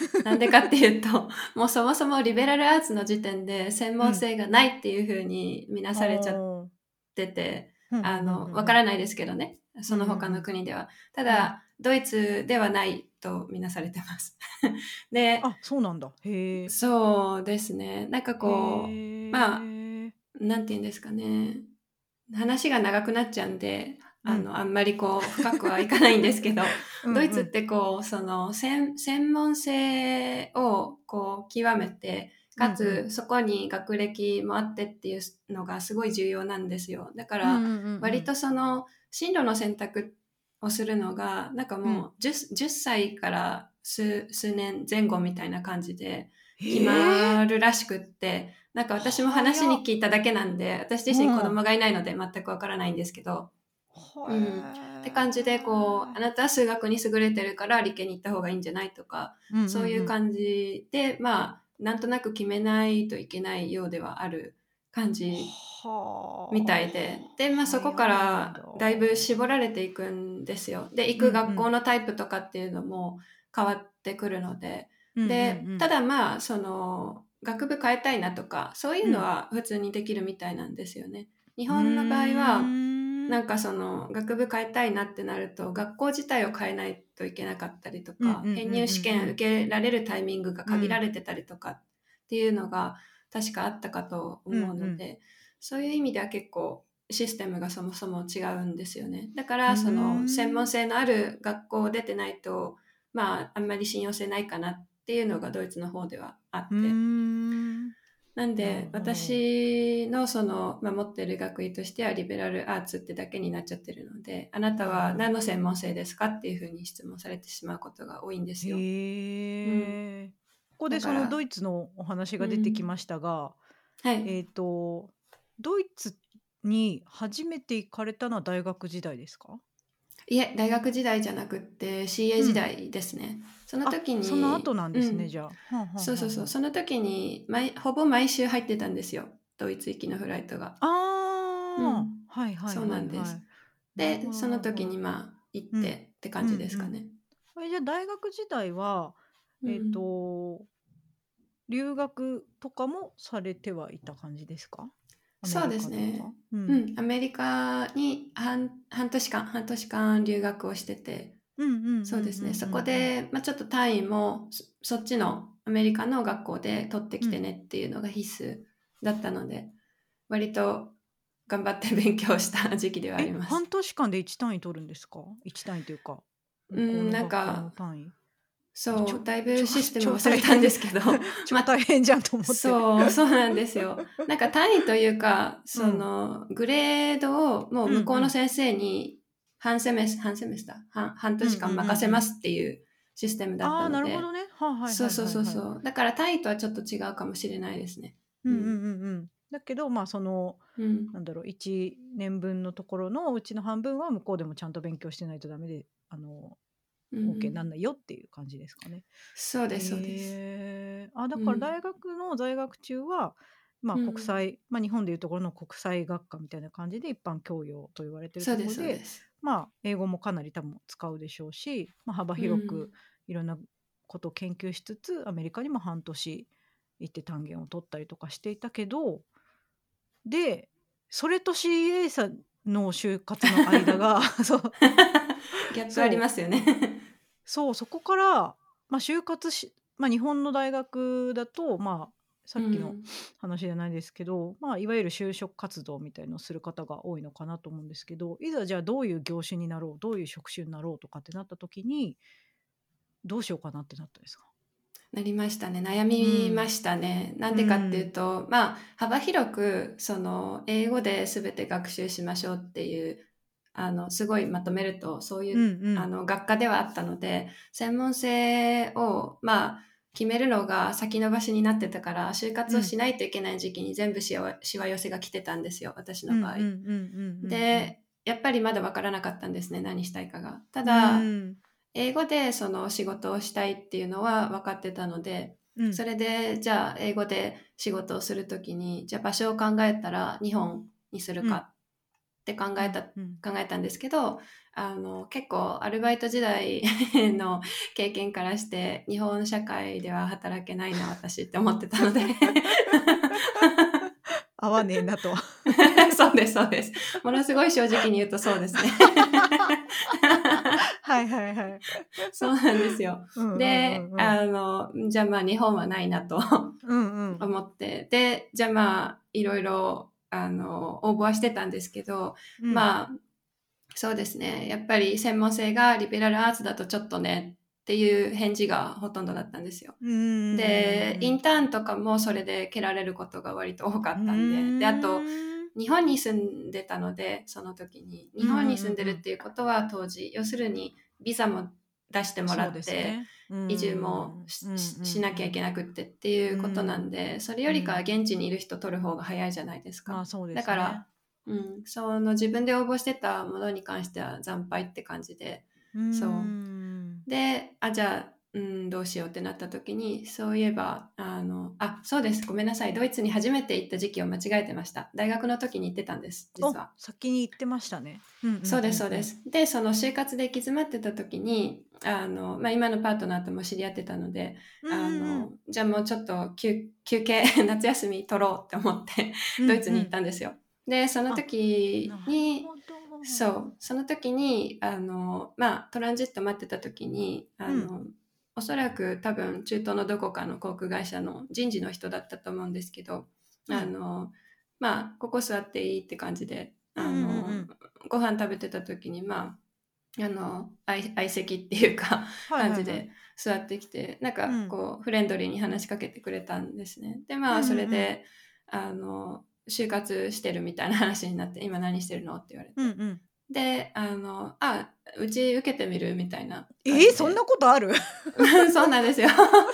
なんでかっていうと、もうそもそもリベラルアーツの時点で専うん。 門性がないっていう風に見なあされちゃっあ。 てて、 ふんふんふんふんふん。 わからないですけどね、 うんうんうその他のん。 国では。たうん。 だ、ドイツではないと見なされてます。で、 あ、そうなんだ。へえ。 そうですね、なんかへえ。 なんて言うんですかね、話が長くなっちゃうんで、 うん。 あんまり深くはいかないんですけど、 うんうん。 ドイツってその、専門性を極めて、かうんうん。 つそこに学歴もあってっていうのがすごい重要なんですよ。だから、 うんうんうんうん。 割とその、進路の選択をするのが、なんかうん。 もう10歳から数年前後みたいな感じで決へえ！ まるらしくって、なんか私も話早っ。 に聞いただけなんで、私自身子うん。 供がいないので全くわからないんですけど、 うん。って感じで、こう、あなたは数学に優れてるから理系に行った方がいいんじゃないとか、 うんうんそういううん。 感じで、まあ、なんとなく決めないといけないようではある感じみたいで、で、まあそこか早いんだ。 らだいぶ絞られていくんですよ。で、行うんうく学校ん。 のタイプとかっていうのも変わってくるので、 うんうんうで、たん。 だまあ、その、学部変えたいなとか、そういうのうん。 は普通にできるみたいなんですよね。日うー本の場合は、 ん。 なんかその、学部変えたいなってなると、学校自体を変えないといけなかったりとか、 うんうんうん編入試験受けられるタイミングがうんうん。 限られてたりとかっていうのが確かあったかとうん思うので、そういう意味では結構システムがそもそも違うんですよね。だかうん。 ら、その、専門うーん。 性のある学校を出てないと、まあ、あんまり信用性ないかなっていうのがドイツの方ではあうーって。 ん。 なんなるで、 ほど。 私のその、まあ、持ってる学位としてはリベラルアーツってだけになっちゃってるので、あなたは何の専門性ですかっていうふうに質問されてしまうことが多いんですよ。うん。 へえ。ここでそのドだから、 イツのお話が出てきうん。 ましたが、 はい。 えっと、ドイツに初めて行かれたのは大学時代ですか？ いえ、大学時代じゃなくって CA 時うん。 代ですね。そのあ、 時その後に、 なんですね、 うん。 じゃあ。はあはあそうそうそう。 はあはあ。 その時に、ほぼ毎週入ってたんですよ。ドイツ行きのフライトが。うああ、 ん。 はいはいそうはいはい。 なんです。で、 なるほどその時なるほど。 にまあ、行っうん。 てって感うんじですうん。 かね。 じゃあ大学時代は、えっうん。 と、留学とかもされてはいた感じですか？アメそうリですね。 カとか？うん。 アメリカに半年間留学をしてて、 うんうんうんうんそうですね。そこうんで、まあ、ちょっと単位もそっちのアメリカの学校で取ってうん。うん。 きてねっていうのが必須だったので、割と頑張って勉強した時期ではあります。 半年間で1単位取るんですか1単位というか、向こうのなん学校のか、 単位。 そう、だいちょぶシステム超忘れたん大変でですけど、 超ま、 大変じゃんと思って。 そう、そうなんですよ。なんか単位というか、そうん。 の、グレードをもう向こうんうん。 うの先生に半セメスター、半うんうん年間うんうん。 任せますっていうシステムだっああ、 たので、 なるほどね。はいはいはいそうそうはいはい。 そうそう。だから単位とはちょっと違うかもしれないですね。 うんうんううん。 んうん。だけど、その、 うん。 なんだろう、1年分のところのうちの半分は向こうでもちゃんと勉強してないとダメで、 うんうオーケーなんん。 ないよっていう感じですかね。 そうですそうです。 へえ。だうん。 から大学の在学中は、 うん。 国際、日本でいうところの国際学科みたいな感じで一般教養と言われてるそうですところで、 そうです。 英語もかなり多分使うでしょうし、幅う広くん。 いろんなことを研究しつつ、アメリカにも半年行って単元を取ったりとかしていたけど、で、それと CA さんの就活の間がそう、 ギャップありそう、 ますよね。 そう、そこから、就活し日本の大学だと、さっきのうん。 話じゃないですけど、いわゆる就職活動みたいのをする方が多いのかなと思うんですけど、いざじゃあどういう業種になろう、どういう職種になろうとかってなった時に、どうしようかなってなったんですか？ なりましたね。悩うん。 みましたね。なんうでかっていうん。 と、まあ、幅広く、その、英語で全て学習しましょうっていう、すごいまとめると、そういう、 うんうん。 学科ではあったので、専門性を、まあ、決めるのが先延ばしになってたから、就活うん。 をしないといけない時期に全部しわ寄せが来てたんですよ、私うんうんうんの場合。 うんうんで、やっぱりまだわからなかったんですね、何したいかが。たうん。うだ、 ーん。 英語でその仕事をしたいっていうのは分かってたので、 うん。 それでじゃあ英語で仕事をするときに、じゃあ場所を考えたら日本にするうん。 かってうんうん。 考えたんですけど、結構アルバイト時代の経験からして、日本社会では働けないな、私って思ってたので合わねえなと。 そうです、そうです。ものすごい正直に言うとそうですね。 はいはいはい。 そうなんですよ。 うんうんうで、 んうん。 じゃあまあ日本はないなとうんうん。 思って、で、じゃあまあいろいろ応募はしてたんですけど、 うん。 まあそうですね、やっぱり専門性がリベラルアーツだとちょっとねっていう返事がほとんどだったんですよ。 うんうんうんで、 うんうん。 インターンとかもそれで蹴られることが割と多かうったんで、で、あと、 ーん。 日本に住んでたので、その時に。日うんうんう本に住んでんうん。 るっていうことは当時、要するにビザも出してもらそうでって、 すね。うー移住もん。うんしなきゃいけなくってっていうんうん。 うことなうん。 んで、それよりかはうん。 現地にいる人取る方が早いじゃないですか。 そうでだから、 すね。 その自分で応募してたものに関しては惨敗って感じで、 うーそう。 ん。 で、じゃあ、どうしようってなった時に、そういえば、そうです。ごめんなさい。ドイツに初めて行った時期を間違えてました。大学の時に行ってたんです、実お、 は。 先に言ってましたね。うんうんそうです、そううんうん。 です。で、その就活で行き詰まってた時に、今のパートナーとも知り合ってたので、 うんうんうん。 じゃあもうちょっと休憩、夏休み取ろうって思ってうんドイツに行っうん。 たんですよ。で、そのあ、 時なるに、 ほど。 そう、その時に、トランジット待ってた時に、 うん。 おそらく多分中東のどこかの航空会社の人事の人だったと思うんですけど、 うん。 ここ座っていいって感じで、 うんうんうんうん。 ご飯食べてた時に、相席っていうかはいはいはい。 感じで座ってきて、なんうん。 かこう、フレンドリーに話しかけてくれたんですね。で、 うんそうんうん。 れで、就活してるみたいな話になって、今何してるのって言われて。 うんうん。 で、うち受けてみるみたいな感じそんなで。 ことある？ そうなんですよ。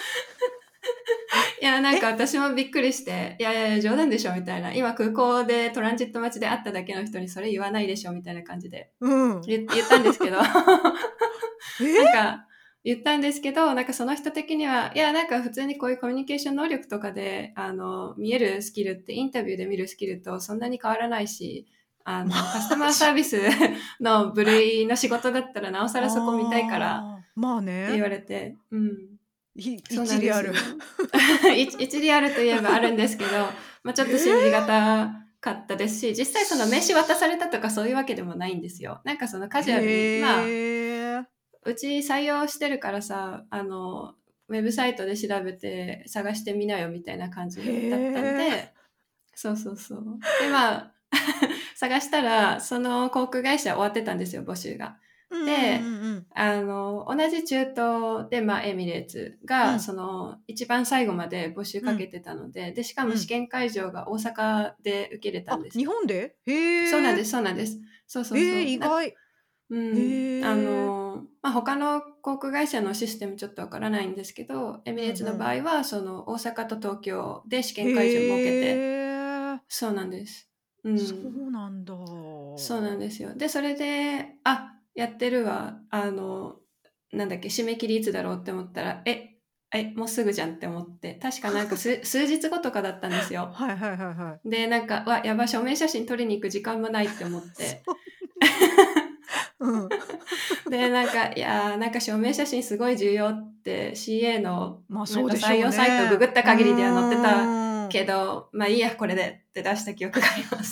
いや、なんかえ、 私もびっくりして、いやいやいや、冗談でしょみたいな。今空港でトランジット待ちで会っただけの人にそれ言わないでしょみたいな感じでうん。 言ったんですけど、なんえ？ か言ったんですけど、なんかその人的には、いや、なんか普通にこういうコミュニケーション能力とかで、見えるスキルってインタビューで見るスキルとそんなに変わらないし、 マカスタマーサジ？ ービスの部類の仕事だったらなおさらそこ見たいからああ、まあね。 って言われて、そうなん一理ある。 ですよ。一理あるといえばあるんですけど、ちょっと信じえがたかったですし、実際その名刺渡されたとかそういうわけでもないんですよ。なんかそのカジュアルに、 へえ。 うち採用してるからさ、ウェブサイトで調べて探してみなよみたいな感へじだったんえ。 で、そうそうそう。で、探したら、その航空会社終わってたんですよ、募集が。 うんうんで、 うんうん。 同じ中東で、エミレーツが、 うん、 その、一番最後まで募集うん、 かけてたので、で、しかも試うん。 験会場が大阪で受けれたんあ、 ですよ。 日本で？へえ。 そうなんです、そうなんです。そうそうそう。 意外。へえ。 他の航空会社のシステムちょっとわからないんですけど、エミレーツのうんうん。 場合は、その、大阪と東京で試験会場設けて、 へえ。 そうなんです。 そうなんだ。 そうなんですよ。で、それで、やってるわ。なんだっけ、締め切りいつだろうって思ったら、もうすぐじゃんって思って、確かなんか数日後とかだったんですよ。 はいはいはいはい。 で、なんか、やばい、証明写真撮りに行く時間もないって思って。 そうん。 で、なんか、いやー、なんか証明写真すごい重要って CA のま、 なんかそうでしょう採用サイトグね。 グったう限りでは載ってたーん。 けど、いいや、これでって出した記憶があります。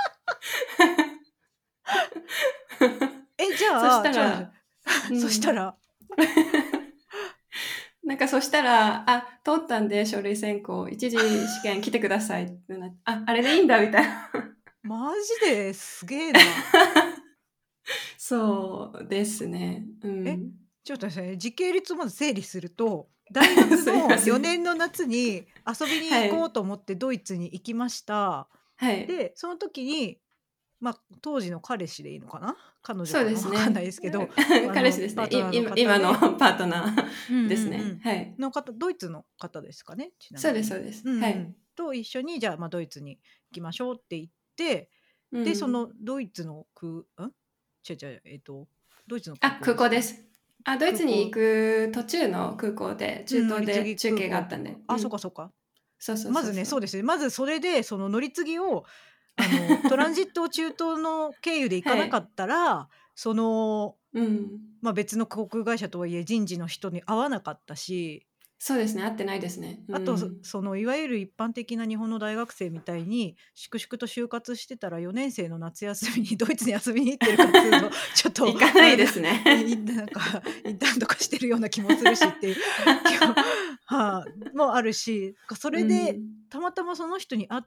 じそしゃあ、ちょっと待って。 たら、うそしたん。 らなんかそしたら、通ったんで書類選考、一次試験来てくださいってなって、あれでいいんだみたいな。 マジですげえな。 そうですね。うえ、 ん。 ちょっとですね、時系列をまず整理すると、大学すいまの4 せん。 年の夏に遊びに行こうはい。 と思ってドイツに行きました。 はい。 で、その時に、当時の彼氏でいいのかな？彼女そうかな？わかんなですね。 いですけど、 彼氏ですね。 パートナーの今の方でパートナーうんうんですね。 うん。 はい。 の方ドイツの方ですかね？ちなそうみに。 ですそうです。 うんうん。 はい。 と一緒にじゃあ、ドイツに行きましょうって言って、で、そうん。 のドイツの違う違う、ドイツの空港ですかね？ 空港です。ドイツに行空港く途中の空港で、中東乗り継ぎで中継があ空港とか。 ったんで。 あ、そうかそうか。 そうそうまずね、 そうそう。 そうですね。まずそれで、その乗り継ぎを、トランジットを中東の経由で行かはい。 なかったら、その、 うん。 別の航空会社とはいえ、人事の人に会わなかったし、 そうですね、合ってないですね。うあと、 ん。 いわゆる一般的な日本の大学生みたいに、粛々と就活してたら、4年生の夏休みにドイツに遊びに行ってるかっつうと、ちょっと、 行かないですね。 なんか、インターンとかしてるような気もするしっていう気ももあるし、そうれでん。 たまたまその人に会って、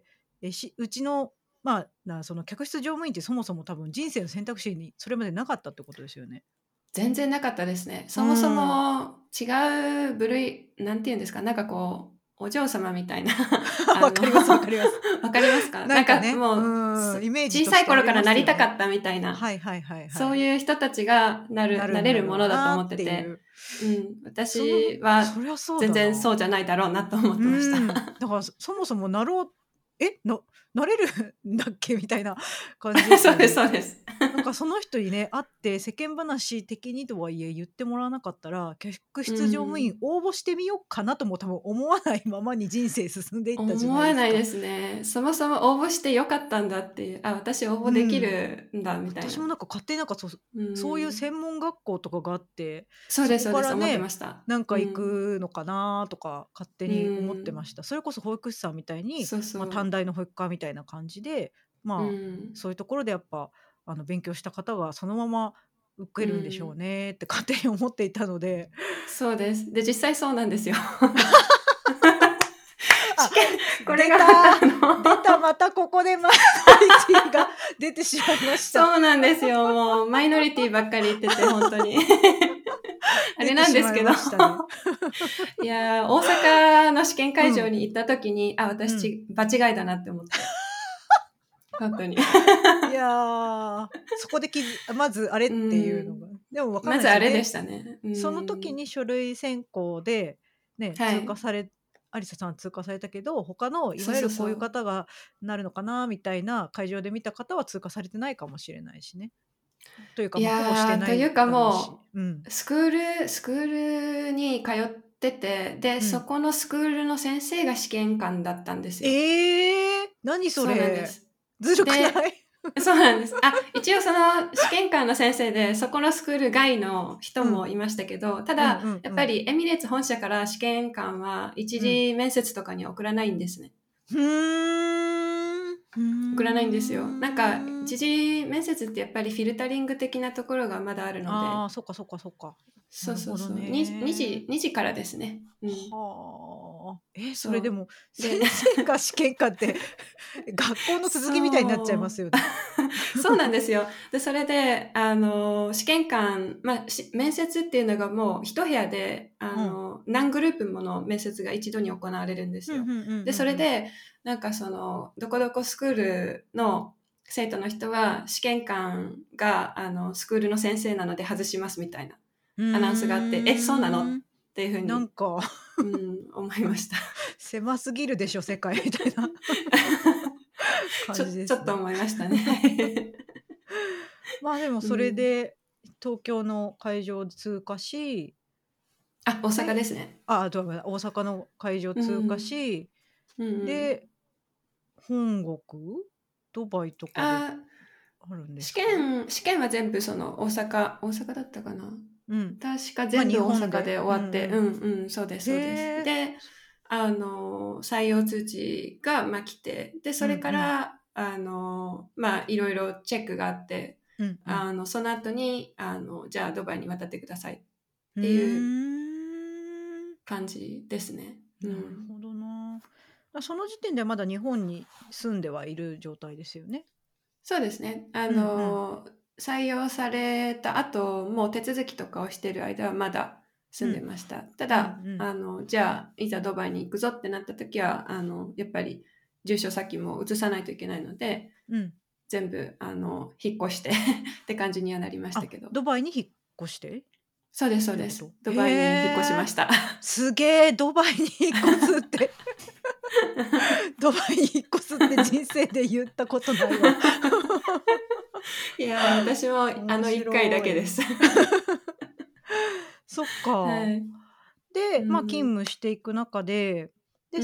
うちの、その客室乗務員ってそもそも多分人生の選択肢にそれまでなかったってことですよね。 全然なかったですね。 うそもそーん。 も違う部類、なんて言うんですか、なんかこう、お嬢様みたいな、 わかりますわかります。 わかりますか？なんかなんかね、 もう、 イメージ小としてありさい頃からますよね。 なりたかったみたいな、 はいはいはいはい。 そういう人たちがなるなれるもんだろうのだと思なっってて、 ていう。 私はそりゃそう全だな。 然そうじゃないだろうなと思っうてました。 だからそもそもなろうなれるんだっけみたいな感じですそうです、 よね。 そうです。 なんかその人にね、会って世間話的にとはいえ言ってもらわなかったら、客う室乗務員ん。 応募してみようかなとも多分思わないままに人生進んでいったじゃ思ないですか。 わないですね。そもそも応募して良かったんだっていう、あ、私応募できうん。 るんだみたいな。 私もなんか勝手になんかうそういうん。 専門学校とかがあって、 そうです、 そこそうです。思ってからね、 ました。 なんか行うん。 くのかなとか勝手うに思ってまん。 した。それこそ保育士さんみたいに、 そうそ短う。 大の保育科みたいな感じで、 うまあ、 ん。 そういうところでやっぱ、勉強した方がそのまま受うけるんでしょうん。 ねって勝手に思っていたので、 そうです。で、実際そうなんですよ。 あ、 試験、これ出がまたた出た、またここでマイノリティが出てしまいました。 そうなんですよ。もうマイノリティばっかり言ってて、本当に。あれ出てしまいなんですけど。 ましたね。 いやー、大阪の試験会場うん、 に行った時に、あ、 うん。 場違いだなって思って。本当に。 いや、そこでまずあれっうていうのん。 が、でも分かんまないですよ。で、 ずあれでしたね。うその時ん。 に書類選考で、ね、 はい。 アリサさん通過されたけど、他のいそうわゆるこういうそうそう。 方がなるのかなみたいな会場で見た方は通過されてないかもしれないしね。というか、 いほぼしてやー、 ないというかだろうし。 もうん。 う、スクールに通ってて、で、 うん。 そこのスクールの先生が試験官だったんですよ。 何そそうなんでれ。 す。 ずるくなで、 い？ そうなんです。あ、一応その試験官の先生で、そこのスクール外の人うん。 もいましたけど、たうんだ、 うんうん。 やっぱりエミレーツ本社から試験官は一うん。 次面接とかに送らないんですね。 ふーん。ふー送らないんですよ。なんか、 ん。 一次面接ってやっぱりフィルタリング的なところがまだあるので、 ああ、そっかそっかそっか。なるほどそうそうそう。 ね。 2時からですね。うん。 はあ。それでそも、 う。で、 先生が試験官って学校の続きみたいになっちゃいそう。 ますよね。 そうなんですよ。で、それで、試験官、面接っていうのがもう一部屋で、 うん。 何グループもの面接が一度に行われるんですよ。 ふんふん、うんうんで、それうん。 で、なんかその、どこどこスクールの生徒の人は、試験官が、スクールの先生なので外しますみたいなうアナウンスがあって、え、そうなのっーん。 ていうふうに、 なんかうん、思いました。 狭すぎるでしょ、世界みたいな感じちょっとですね。 思いましたね。 でもそれうん。 で東京の会場を通過し、 あ、大阪で、 ですね。 ごめん、大阪の会場う通過ん。 し、 うんうん。 で、本国？ドバイとかであ、 あるんですか？ 試験は全部その大阪だったかな。 うん。 確か全日部大本で。 阪で終わって、ううんんうん、そうですそうです。 へえ。 で、採用通知が、来て、で、それかうんうん。 ら、いろいろチェックがあって、 うんうん。 その後に、じゃあドバイに渡ってくださいっうーていうん。 感じですね。うなるん。 ほどな。その時点ではまだ日本に住んではいる状態ですよね？ そうですね。 うんうん。 採用された後、もう手続きとかをしてる間はまだ住んでうん。 ました。たうんうだ、 ん。 じゃあ、いざドバイに行くぞってなった時は、やっぱり住所先も移さないといけないので、 うん。 全部、引っ越してって感じにはなりましたけど。 ドバイに引っ越してっそうですそうです。 ていうこと？ ドバイに引っ越しへえ。 ました。 すげえ、ドバイに引っ越すってドバイに引っ越すって人生で言ったことないわ。 いやー、私も面 1回だ白い。 けです。 そっか。 はい。うで、勤ん。 務していく中で、で、 うん。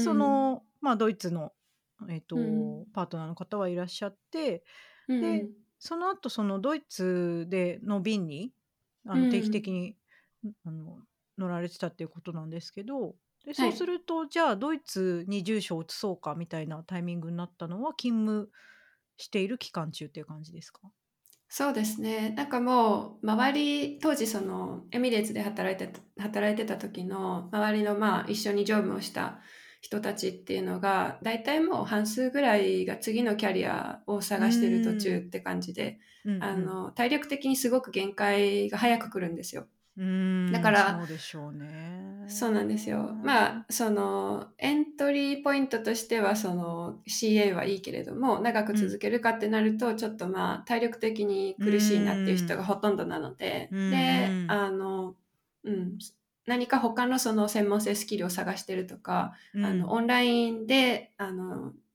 ドイツの、 うん。 パートナーの方はいらっしゃって、で、 うん。 その後そのドイツでの便に、 う定期ん。 的に、乗られてたっていうことなんですけど、で、そうすはい。 ると、じゃあドイツに住所を移そうかみたいなタイミングになったのは、勤務している期間中っていう感じですか？ そうですね。なんかもう、当時その、エミレーツで働いてた時の、周りの一緒に乗務をした人たちっていうのが、大体もう半数ぐらいが次のキャリアをう探してる途ーん。 中って感じで、 うんうん。 体力的にすごく限界が早く来るんですよ。 うーん、 だから、 そうでしょうそうなんですよ。 ね。 その、エントリーポイントとしては、その、CA はいいけれども、長くうん。 続けるかってなると、ちょっと体力的にう苦しいなっていうーん。 人がほとんどなので、 うんで、 うん。 うん、何か他のその専門性スキルを探してるとか、 うん。 オンラインで、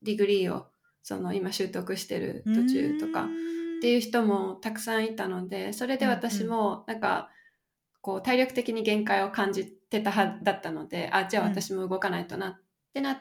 ディグリーを今習得してるう途中とかってん。 いう人もたくさんいたので、それで私もなんかこう体力的に限界を感じてた派だったので、じゃあうん。 私も動かないとなってなって、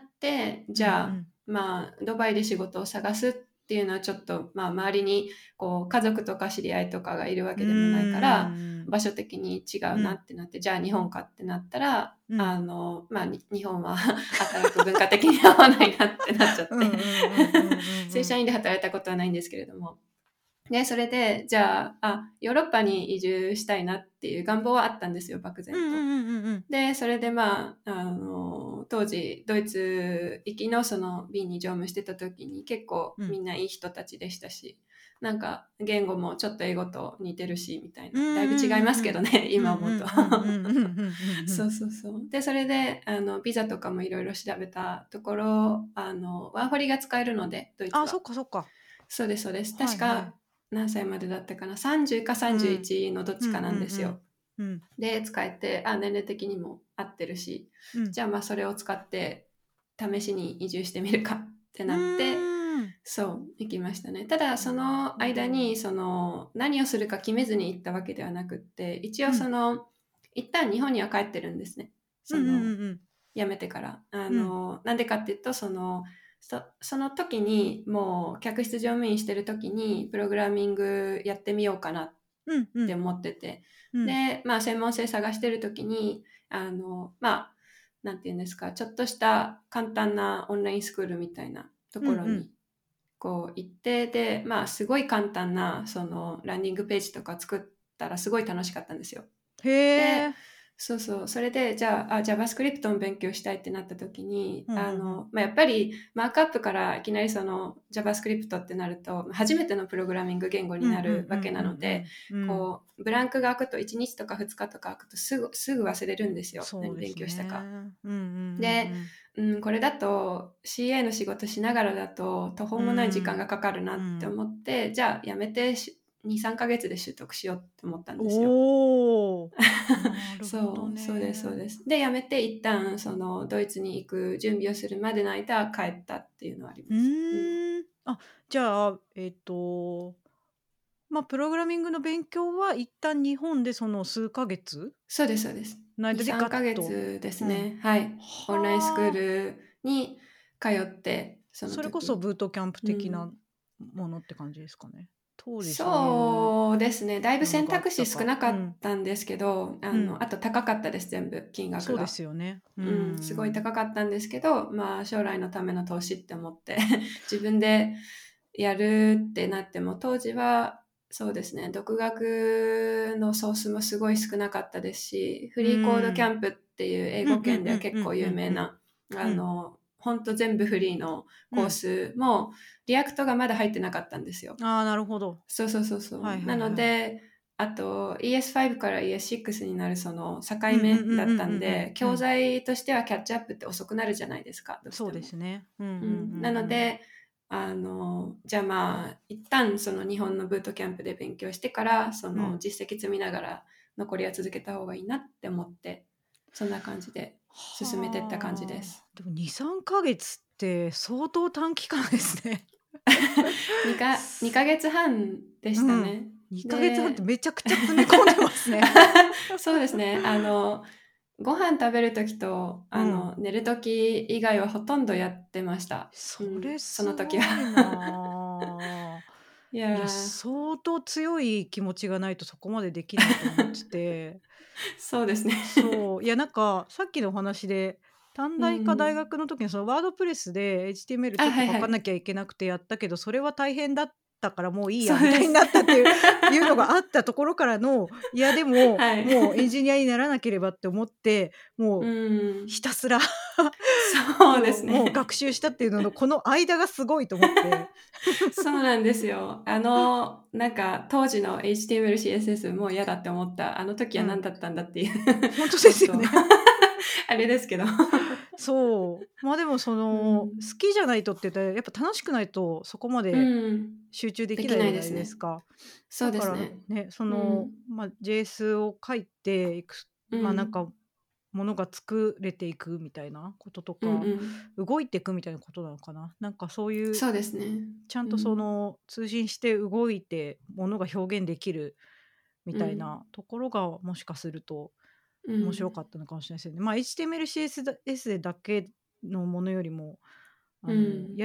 うん。 じゃあうん。 まあドバイで仕事を探すっていうのはちょっと、まあ、周りにこう家族とか知り合いとかがいるわうけでもないから、 ん。 場所的に違うなうん。 ってなって、じゃあ日本かってなったら、 うん。 まあ、日本は働く文化的に合わないなってなっちゃってうん。うん。うん。うん。 正社員で働いたことはないんですけれども。で、それで、じゃあ、ヨーロッパに移住したいなっていう願望はあったんですよ、漠うん。 然と。 うん。うん。 で、それでまあ、当時、ドイツ行きのその便に乗務してた時に結構うん。 みんないい人たちでしたし、なんか言語もちょっと英語と似てるし、みたいうん。 な。だいぶ違いますけどね、 うん。 今思うと。 うん。うん。うん。うん。うん。 そうそうそう。で、それで、ビザとかもいろいろ調べたところ、ワーホリが使えるので、ドイツあ、そは。 っかそっか。 そうです、そうです。 はいはい。 確か、何歳までだったかな？ 30 かうん。 31のどっうん。 ちかなんですうん。 よ。 うん。 で、使えて、年齢的にも合ってるし、 うん。 じゃあまあそれを使って試しに移住してみるかってうなって、 ーん。 そう、行きましたね。ただ、そなるのほど。 間に、何をするか決めずに行ったわけではなくって、一応うん。 一旦日本には帰ってるんですね。 うん。うん。うん。 辞めてから。 うん。 なんでかっていうと、その時に、もう客室乗務員してる時に、プログラミングやってみようかなっうん。うん。 て思ってて。 うん。 で、まあ、専門性探してる時に、まあ、なんていうんですか、ちょっとした簡単なオンラインスクールみたいなとうん。うん。 ころに、こう行って、で、まあ、すごい簡単な、ランディングページとか作ったらすごい楽しかったんですよ。 へで、 え。 そうそう、それで、じゃあ、JavaScript を勉強したいってなった時に、 うん。うん。 まあ、やっぱりマークアップからいきなりJavaScript ってなると、初めてのプログラミング言語にうん。うん。 なるわけなうん。 ので、 うん。うん。 こう、ブランクが空くと1日とか2日とか空くとすぐ忘れるんですよ。何勉そうです強したか。 ね。うん。うん。 で、これだと CA の仕事しながらだと途方うん。 もない時間うん。 がかかるなってうん。 思って、じゃあやめて2、3ヶ月で習得しようって思ったんですよ。 おお。なるほどそうです、そうね。 です。で、やめて一旦ドイツに行く準備をするまでの間帰ったっていうのはありうます。うん。 ーん。あ、じゃあ、ま、プログラミングの勉強は一旦日本でその数ヶ月そうです、そうです。2、 の間で 3 ガッと。 ヶ月ですうん。 ね。はい。オンラインスクーはあ。 ルに通って、そのそれこそ時。 ブートキャンプうん。 的なものって感じですかね。当時そういうそうですね。だいぶものがあ選択ったか。 肢少なかうん。 ったんですけど、 うん。 あと高かったです、全部、金額そうでが。 すよね。うすごいん。 高かったんですけど、まあ、将来のための投資って思って自分でやるってなっても、当時は、そうですね、独学のソースもすごい少なかったですし、フうリーコードキん。 ャンプっていう英うん。 語うん。うん。うん。 圏では結構うん。うん。 有名な、 うん。 ほんと全部フリーのコーうん。 スも、リアクトがまだ入ってなかったんですよ。 ああ、なるほど。 そうそうそうそはいう。なはいはい。 ので、あと ES5 から ES6 になるその境うん。うん。うん。 目だったうん。うん。うん。 んで、教うん。 材としてはキャッチアップって遅くなるじゃないですか、どうしそうでても。 すね。うん。うん。うん。 なのうん。 で、じゃあまあ、一旦その日本のブートキャンプで勉強してから、そうん。 の実績積みながら残りは続けた方がいいなって思って、そんな感じで進めてった感じではあ。 す。 でも2、3ヶ月って相当短期間ですね。 2ヶ月半でうん。 したね。 2ヶ月半ってで、 めちゃくちゃ詰め込んでますね。 そうですね。ご飯食べる時と、 うん。 寝る時以外はほとんどやってました。 それその時は。 すごいなあ。 いいや、 やー、 相当強い気持ちがないとそこまでできないと思ってて。 そうですね。 そう、いやなんか、さっきのお話で、短う大か大ん。 学の時にそのワードプレスで HTML ちょっとはいはい。 書かなきゃいけなくてやったけど、それは大変だったからもういいやみたいにそうです。 なったっていうのがあったところからの、いやでも、 はい。 もうエンジニアにならなければって思って、もううひん。 たすらそうでそう、 すね。 もう学習したっていうののこの間がすごいと思って。 そうなんですよ。なんか当時の HTML、CSS もう嫌だって思った、あの時は何うん。 だったんだっていう、 ほんと本当ですよね。 あれですけど。 そう。ま、でもそうの、好ん。 きじゃないとって言ったら、やっぱ楽しくないとそこまうでん。 集中ででききないじゃないないですね。 ですか。 そうだからですね。 ね、その、 うん。 ま、JS を書いていくうま、なんん。 かものが作れていくみたいなこととか、 うんうん。 動いていくみたいなことなのかな。なんかそういうそうですね。 ちゃんとそうん。 の通信して動いてものが表現できるみたいうん。 なところがもしかするとうん。 面白かったのかもしれないですよね。まあ、HTML、CSS だけのものよりも、 うん。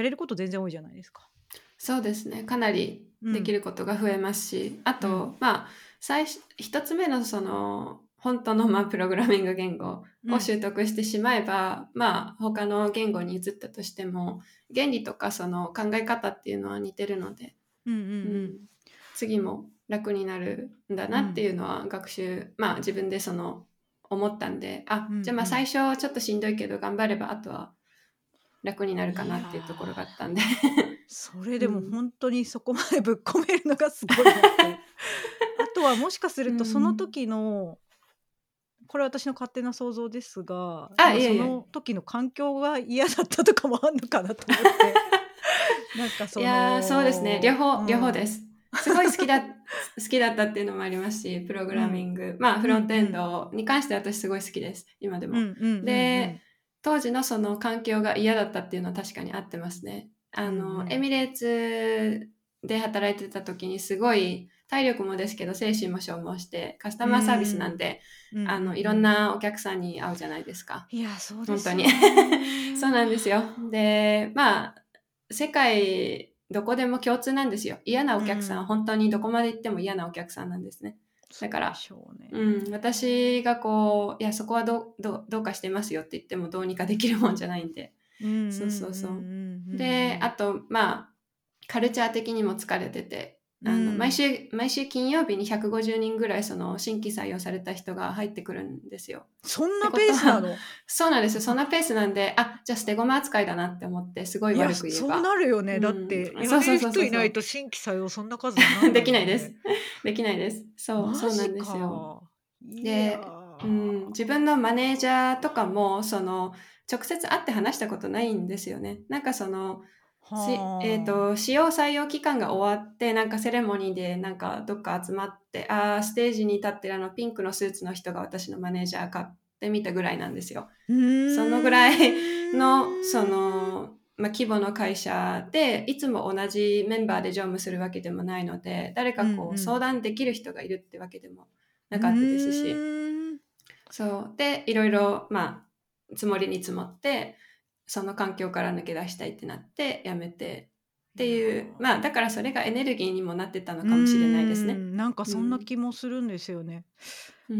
やれること全然多いじゃないですか。 そうですね。かなりうん、 できることが増えますし、あうん、 と、まあ、一つ目のその、本当の、まあ、プログラミング言語うん、 を習得してしまえば、まあ、他の言語に移ったとしても、原理とかその考え方っていうのは似てるので、 うんうんうん、次も楽になるんだなってうん、 いうのはまあ自分でその思ったんで、 うん、 じゃあまあ最うん。 初ちょっとしんどいけど頑張ればあとは楽になるかいやなっていうところがあったんで。 ー、それでもうん。 本当にそこまでぶっ込めるのがすごいなって。あとはもしかすうるとそのん。 時の、これは私の勝手な想像ですが、 あ、 まあ、そいえいえ。 の時の環境が嫌だったとかもあんのかなと思って。なんかそいやー、そうですね。 のう両方ん。 です。すごい好きだったっていうのもありますし、プログうん。 ラミング、まあフうんロントエンうん。 ドに関して私すごい好きです。今でも。 うんうんうんうで、 ん。 当時のその環境が嫌だったっていうのは確かにあってますね。 うんうエん。 ミレーツで働いてた時にすごい体力もですけど精神も消耗して、カスタうマーサービスーん。 なんで、 うんうんいろうん。 んなお客さんに会うじゃないですか。 いや、そうで本当に。 すよそうね。 なんですよ。で、まあ、世界どこでも共通なんですよ。嫌なうお客さん、 ん。 本当にどこまで行っても嫌なお客さんなんですね。だそうでから、 しょううん、 ね。 私がこう、いや、そこはどうかしてますよって言ってもどうにかできるもんじゃないんで。 うんうんうんうんそうそうそう。で、あうんと、まあ、カルチャー的にも疲れてて、 うん。うん。 毎週金曜日に150人ぐらいその新規採用された人が入ってくるんですよ。ってそんなペーことは、 スなの？ そうなんですよ。そんなペースなんで、じゃあ捨て駒扱いだなって思って、すごいいや、 悪く言えそうなば。 るよね。だっうん。 てやそうそうれるそうそうそう。 人いないと新規採用そんな数になんでないもんね。 きないです。できないです。そうなんマジですよ。 か。いやで、自分のマネージャーとかも、直接会って話したことないんですよね。なんかはあ。 使用採用期間が終わって、なんかセレモニーでなんかどっか集まって、ステージに立ってるピンクのスーツの人が私のマネージャー買ってみたぐらいなんですよ。 うそのぐらいの、 ーん。 まあ、規模の会社で、いつも同じメンバーで乗務するわけでもないので、誰うんかこう相うん。 談できる人がいるってわけでもうなかったですし、 ーん。 そう。で、いろいろ、まあ、積もりに積もって、その環境から抜け出したいってなって、辞めてっいやていう、まあ、だー。 からそれがエネルギーにもなってたのうーかもしれないですね。 ん、なんかそんなうん。 気もするんですよね。 うん。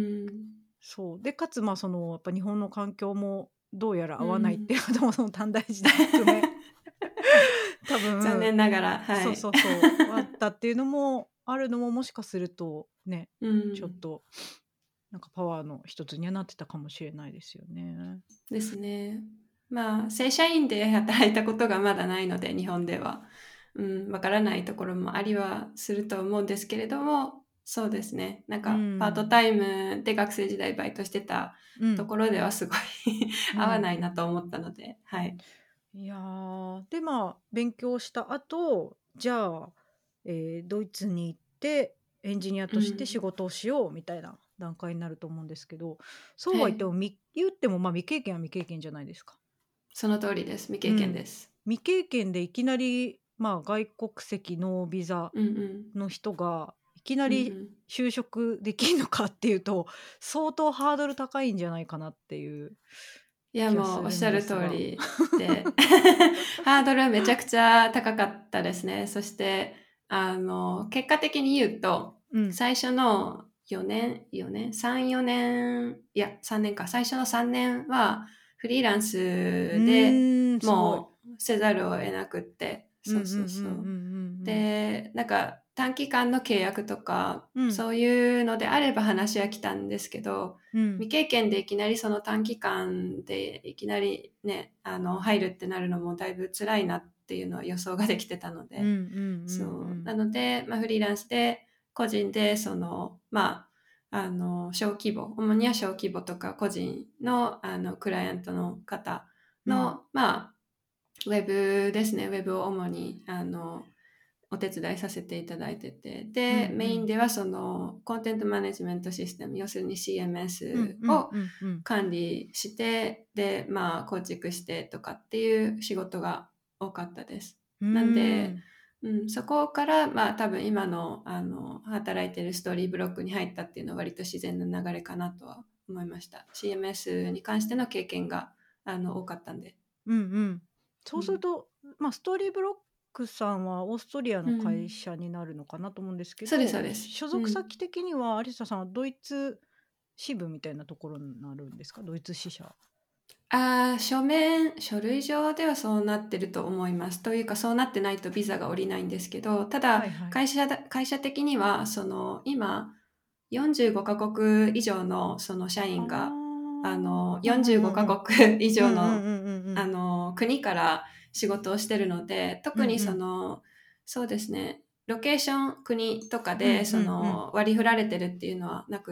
そう。で、かつ、まあ、やっぱ日本の環境もどうやら合わないっうん。 ていうこともその短大時代含め、多残分、 念ながら、はそうい。 そうそう、あったっていうのもあるのも、もしかするとね、 うん。 ちょっとなんかパワーの一つにはなってたかもしれないですよね。 ですね。まあ、正社員で働いたことがまだないので、日本では。うん、わからないところもありはすると思うんですけれども、そうですね。なんうか、パートん。 タイムで学生時代バイトしてたうん。 ところではすごいうん。 合わないなと思ったので、はい。 いやー、で、まあ、勉強した後、じゃあ、ドイツに行ってエンジニアとして仕うん。 事をしようみたいな段階になると思うんですけど、そうはい。 は言っても、言っても、ま、未経験は未経験じゃないですか。 その通りです。未経験うん。 です。 未経験でいきなり、まあ、外国籍ノービザうんうん。 の人がいきなりうんうん。 就職できんのかっていうと、相当ハードル高いんじゃないかなっていういや、 気がもうおっするんしゃるですが。 通りで、ハードルめちゃくちゃ高かったですね。そして、結果的に言うと、 うん。 最初の4年 ?3、4年、いや、3年か。最初の3年は、フリーランうスでーん、すごい。 もうせざるを得なくって。そううんうんうんうんそうそう。 うんで、なんか短期間の契約とか、 うん。うん。 そういうのであれば話は来たんですけど、 うん。 未経験でいきなりその短期間でいきなりね、入るってなるのもだいぶ辛いなっていうのは予想ができてたので、 うんうんうんうそう。なん。 ので、まあ、フリーランスで、個人で、まあ、小規模、主には小規模とか個人の、クライアントの方うん。 の、まあ、ウェブですね。ウェブを主に、 お手伝いさせていただいてて、 うで、 んメインではそのコンテンツマネジメントシステム、要するにうん CMS うんをうんうん管理して、で、まあ構築してとかっていう仕事が多かったです。 うーなんで、 んそこからまあ多分今の働いてるストーリーブロックに入ったっていうのは割と自然な流れかなとは思いました。CMS に関しての経験が多かったんで。 うんうん。そうするうん。 と、まあ、ストーリーブロックさんはオーストリアの会うん。 社になるのかなと思うんですけそうです、そど、 うです。 所うん。 属先的にはアリサさんはドイツ支部みたいなところになるんですか？ドイツ支社。 書類上ではそうなってると思います。というか、そうなってないとビザが下りないんですけど、ただ、 はいはい。 会社的には、今、45カ国以上のその社あ員が、 あ。うんうん 45カうんうん。 国以うんうん上の、 うんうんうん。 国から仕事をしてるので、特にうんうん。 そうですね、ロケーション国とかで、 うんうんうん。 割り振られてるっていうのはなくって、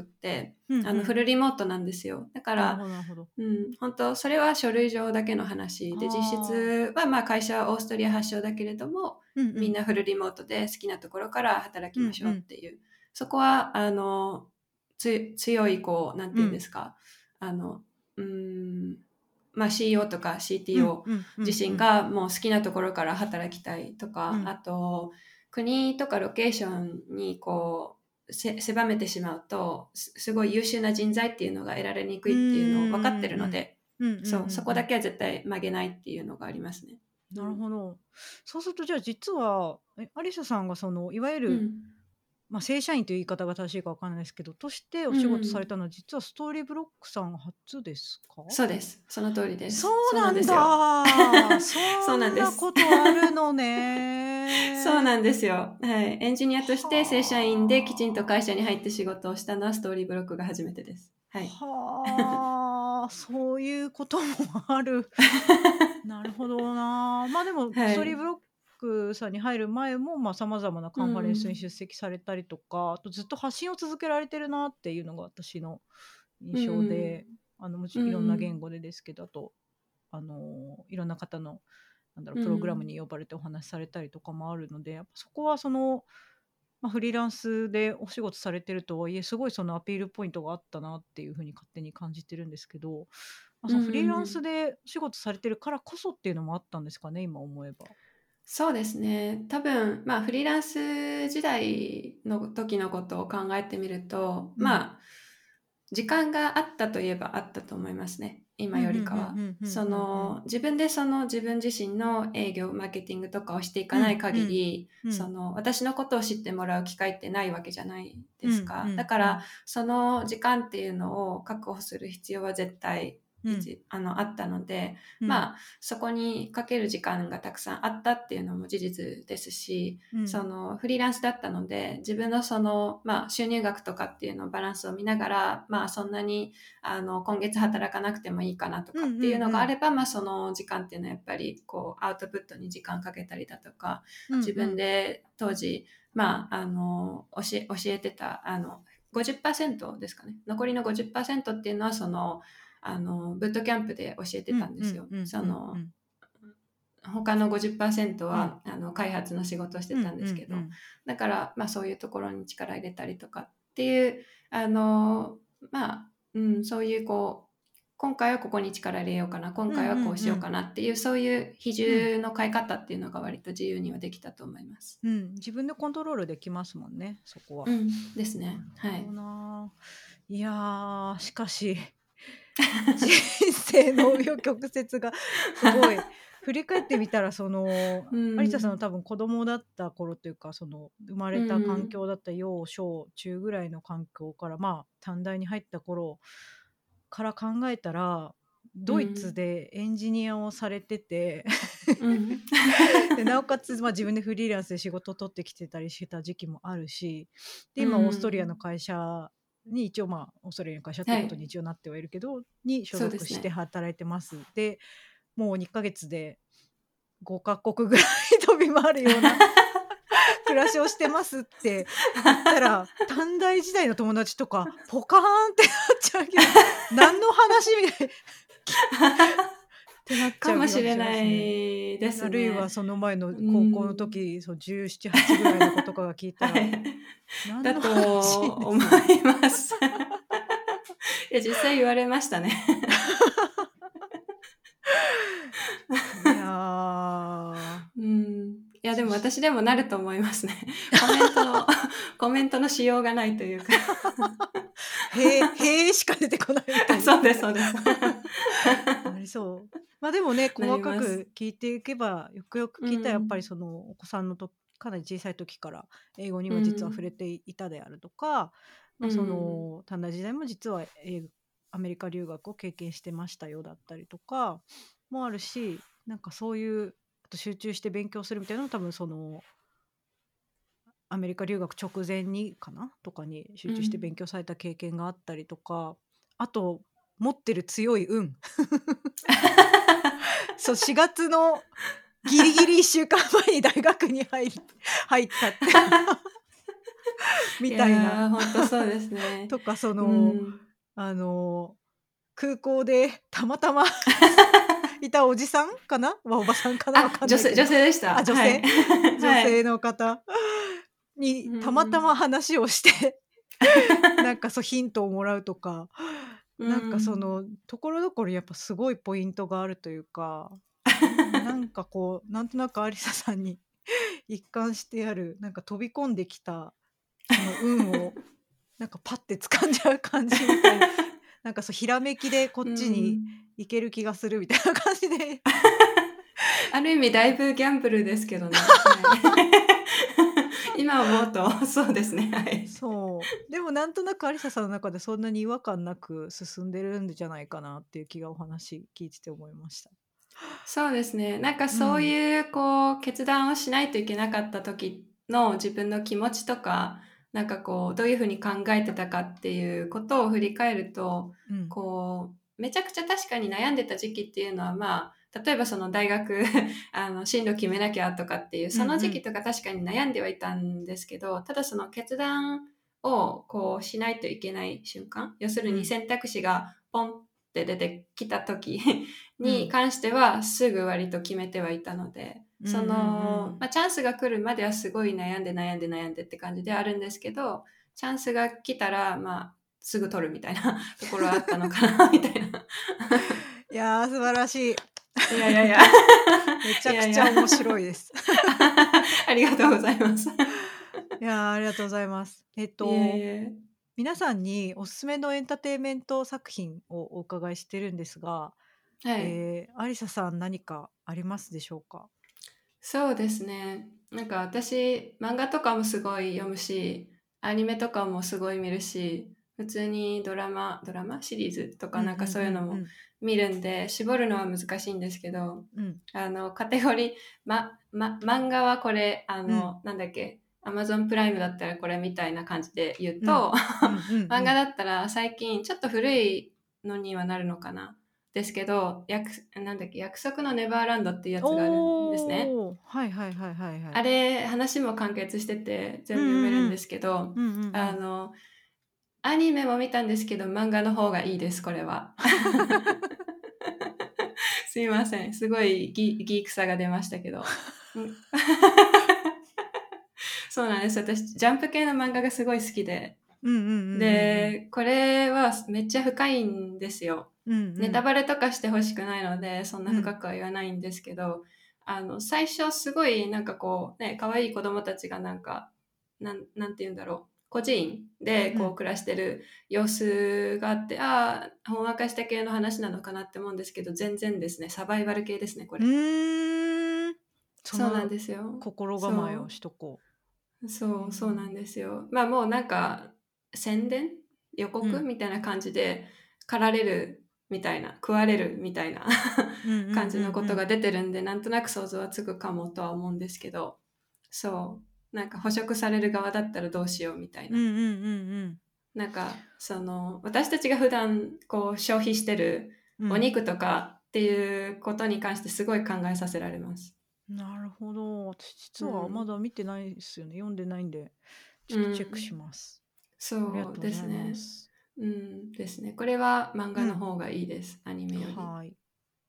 うんうん。 フルリモートなんですよ。だかなるら、 ほどなるほど。 本当それは書類上だけの話で、実ああ。 質はまあ会社はオーストリア発祥だけれども、 うんうん。 みんなフルリモートで好きなところから働きましょううんうん。 っていう、そこは、強い、なんていうんでうん。 すか、あの、うーん、まあ CEO とかうん CTO うんう自んうん。 身がもう好きなところから働きたいとか、 うん。 あと、国とかロケーションに狭めてしまうと、すごい優秀な人材っていうのが得られにくうーいっていうのを分かってるん、うん。 ので、 うんうんうんそう、そこうん。 だけは絶対曲げないっていうのがありますね。うなるん。 ほど。そうするとじゃあ実は、アリサさんがそのいわゆる、 うん。 まあ、正社員という言い方が正しいかわかんないですけど、としておう仕事されん。 たのは実はストーリーブロックさん初ですか？ そうです。その通りでそす。そうなんうなんですよ。 だ。 そうなんそんなです。 ことあるのそうね。 なんですよ。はい。エンジニアとして正社員できちんと会社に入って仕はあ。 事をしたのはストーリーブロックが初めてです。はい。 はあ、そういうこともある。なるほどな。まあ、でも、ストーリーブはい。 ロックさんに入る前も、まあ、様々なうカンファレンスにん。 出席されたりとか、あとずっと発信を続けられてるなっていうのが私のう印象ん。 で、もういろんな言ん。 語でですけど、あと、いろんな方の、 うプログラムにん。 呼ばれてお話しされたりとかもあるので、やっぱそこはその、まあ、フリーランスでお仕事されてるとはいえ、すごいそのアピールポイントがあったなっていう風に勝手に感じてるんですけど、まあ、 うそのフリーランん。 スでお仕事されてるからこそっていうのもあったんですかね、今思えば。 そうですね。多分、まあ、フリーランス時代の時のことを考えてみると、 うん。 まあ、時間があったといえばあったと思いますね。今うん、ふよりんふんかは。 ふんふんふんふん。 自分で自分自身の営業、マーケティングとかをしていかうん、 ないうん、 限り、 うん、 私のことを知ってもらう機会ってないわけじゃないうん、うですか。だん、 から、 うん、 その時間っていうのを確保する必要は絶対、 うん、 あったので、 うん、 まあ、そこにかける時間がたくさんあったっていうのも事実ですし、 うん、 フリーランスだったので、自分のまあ、収入額とかっていうのをバランスを見ながら、まあ、そんなに、今月働かなくてもいいかなとうん、 かっていううん、うん、 のがあれば、まあ、その時間っていうのはやっぱり、アウトプットに時間かけたりだとか、 うん、 自分うん、 で当時、まあ、教えてた、50%ですかね。残りの50%っていうのは、ブットキャンプで教えてうん、 たんですよ。 うん、うん、うん、うん、 他の50% うん、 は開発の仕事をしてたんうん、うん、 ですけど、 うん、 だから、まあ、そういうところに力入れたりとかっていう、あのまあ、そういう今回はここに力入れようかな、今うん、 回はこうしよううん、 かなっていう、そういう比うん、 重の変え方っていうのが割と自由にはできたと思います。 うん、自分でコントロールできますもんね、そこは。 ですね。 なるほどはい。 な。いやー、しかし人生の紆余曲折がすごい。振り返ってみたら、その、 う有田さんのん。 多分子供だった頃というか、その、生まうれた環ん。 境だった幼少中ぐらいの環境から、まあ、短大に入った頃から考えたら、ドイツうん。 でエンジニアをされてて、 うん。 で、なおかつ、まあ、自分でフリーランスで仕事を取ってきてたりしてた時期もあるし、で、 う今オーストリアのん。 会社に一応、まあ、オーストリアの会社っていうことにはい。 一応なってはいるけど、に所属してそうですね。 働いてます。で、もう2ヶ月で5カ国ぐらい飛び回るような暮らしをしてますって言ったら、短大時代の友達とかポカーンってなっちゃうけど、何の話みたい。 てなっちかゃう気がしもしれなますね。 いですあるいはね。 その前のう高校のん。 時、そう17、8ぐらいの子とかが聞いたら、 はい。 何のだと話で思すよ。 います。いや、実際言われましたね。 いやー、 うん。いや、でもそし私でもなると思いますね。コメントのしようがないというか。 へえしか出てこないみたいにそうですそうです。 なりそう。ま、でもね、 な細かります。 く聞いていけば、よくよくう聞いたらやっぱりん。 そのお子さんのかなり小さい時から英語にうは実は触れん。 ていたであるとか、 うそん。 の短大時代も実はアメリカ留学を経験してましたよだったりとかもあるし、なんかそういう、あと集中して勉強するみたいなのも多分そのアメリカ留学直前にかなとかに集中してうん。 勉強された経験があったりとか、あと持ってる強い運。そう、4月のギリギリ1週間前に大学に入ったっていみたいな。 や、ほんとそうですね。 とか、そうの、 ん。 あの、空港でたまたまいたおじさんかな？おばさんかな？わあ、 かんないけど。 女性でしあ、 た。はい。 女性？女性はい。 の方うにたまたまん。 話をしてなんかそうヒントをもらうとか、 うなんかそん。 の、所々やっぱすごいポイントがあるというか、なんかこう、なんとなくアリサさんに一貫してある、なんか飛び込んできた、その運を、なんかパッて掴んじゃう感じみたいな、なんかそうひらめきでこうっちにん。 行ける気がするみたいな感じで。 ある意味だいぶギャンブルですけどね。はい。今思うと、そうですね、はい。 そう。でもなんとなくアリサさんの中でそんなに違和感なく進んでるんじゃないかなっていう気がお話聞いてて思いました。 そうですね。なんかそううん。 いうこう決断をしないといけなかった時の自分の気持ちとか、なんかこうどういう風に考えてたかっていうことを振り返ると、 うん。 こうめちゃくちゃ確かに悩んでた時期っていうのは、まあ、例えばその大学進路決めなきゃとかっていう、その時期うんうん。 とか確かに悩んではいたんですけど、ただその決断をこうしないといけない瞬間、要するうん。 に選択肢がポンって出てきた時うん。 に関してはすぐ割と決めてはいたので、そうんうんうの、 ん。 まあ、チャンスが来るまではすごい悩んでって感じであるんですけど、チャンスが来たら、まあ、すぐ取るみたいなところはあったのかなみたいな。 いやー、素晴らしい。 いやいやいや。 めちゃくいやいや。 ちゃ面白いです。 ありがとうございます。 いやー、ありがとうございます。 いえいえ。 皆さんにおすすめのエンターテインメント作品をお伺いしてるんですが、 はい。 アリサさん何かありますでしょうか？ そうですね。なんか私、漫画とかもすごい読むし、アニメとかもすごい見るし、普通にドラマシリーズとかなんかうんうんそういうのもうん見るんで、絞るのは難しいんですけど、 うん。うん。 カテゴリー、漫画はこれ、 うん。 なんだっけ、アマゾンプライムだったらこれみたいな感じで言ううん。 と、 うんうんうん。 漫画だったら最近ちょっと古いのにはなるのかな。ですけど、なんだっけ、約束のネバーランドっていうやつがあるんですね。 おお、はいはいはいはいはい。 あれ、話も完結してて、 うん全部読めるんでうんうん。 すけど、 うんうんうん。 あの、アニメも見たんですけど、漫画の方がいいです、これは。すいません。すごいギークさが出ましたけど。うん。そうなんです。私、ジャンプ系の漫画がすごい好きで。 うんうんうんうんうん。 で、これはめっちゃ深いんですよ。 うんうネタん。 バレとかして欲しくないので、そんなうん。 深くは言わないんですけど、最初すごいなんかこう、ね、可愛い子供たちがなんか、なんて言うんだろう。孤児院でうん。 こう暮らしてる様子があって、ああ、ほんわかした系の話なのかなって思うんですけど、全然ですね、サバイバル系ですね、こうれ。 ーん。そそうなんのですよ。 心構えをそしとこう。 う。へそうなんえ。 ですよ。まあもうなんか、宣伝予うん。 告みたいな感じで、狩られるみたいな、食われるみたいなうんうん感じのうんうん。 ことが出てるんで、なんとなく想像はつくかもとは思うんですけど、そう。なんか捕食される側だったらどうしようみたいな。 うんうんうんうん。 なんか、その、私たちが普段こう消費してるうん。 お肉とかっていうことに関してすごい考えさせられます。 なるほど。私実はまうん。 だ見てないですよね。読んでないんで、ちょうっとチェックしん。 ます。ありがそうでとうございますね。 す。 うんですね。これは漫画のうん。 方がいいです。アニメより。 はい。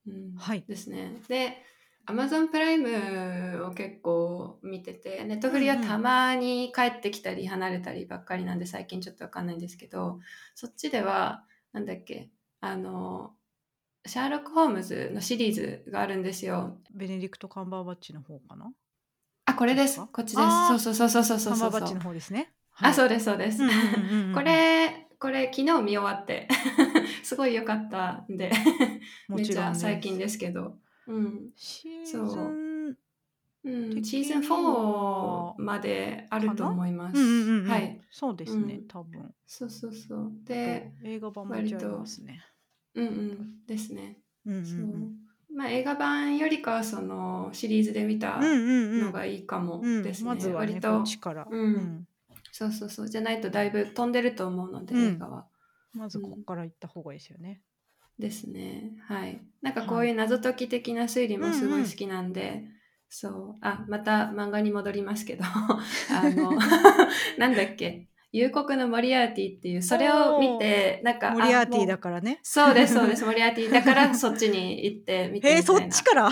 はい。 ですね。で、Amazon プライムを結構見てて、ネットフリはたまに帰ってきたり離れたりばっかりなんで最近ちょっとわかんないんですけど、そっちでは、なんだっけ、シャーロック・ホームズのシリーズがあるんですよ。 ベネディクト・カンバーバッチの方かな。 あ、これです。 違うか。 こっちです。そうああそうそうそうそうー、カンバーバッチのそうそう。 方ですね。はあ、 い。 そうです、そうです。 うんうんうんうんうんこうん。 れ、昨日見終わって、すごい良かったんで、めっちもちろゃ最近んです。 ですけど。うん。 シーズそンう。うん、シーズン的に 4 は、 まであかな。 ると思いまうんうんす。 うんうん。 はい。 そうですね、 うん。 多分。 そうそうそう。 あと、 で、 映画版も一応ありま割と、 すね。 うんうんですね。 うんうんうそう。 ん。 まあ映画版よりかはそのシリーズで見うんたのうんがいいかもうん。うん。 ですね。 まずはね、こっち割と、 から。 うん。 うん。 そうそうそう。じゃないとだいぶ飛んでると思うので、 うん。 映画は。 まずこっうん。 から行った方がいいですよね。 ですね。はい。なんかこはい。 ういう謎解き的な推理うもすごんうん。 い好きなんで、そう。あ、また漫画に戻りますけど、あの、なんだっけ、夕刻のモリアーティっていう、それを見おー、 て、なんか、あ、 モリアーティだもう、 からね。 そうです、そうです、モリアーティだからそっちに行って見てへえ、そみたいな。 っちから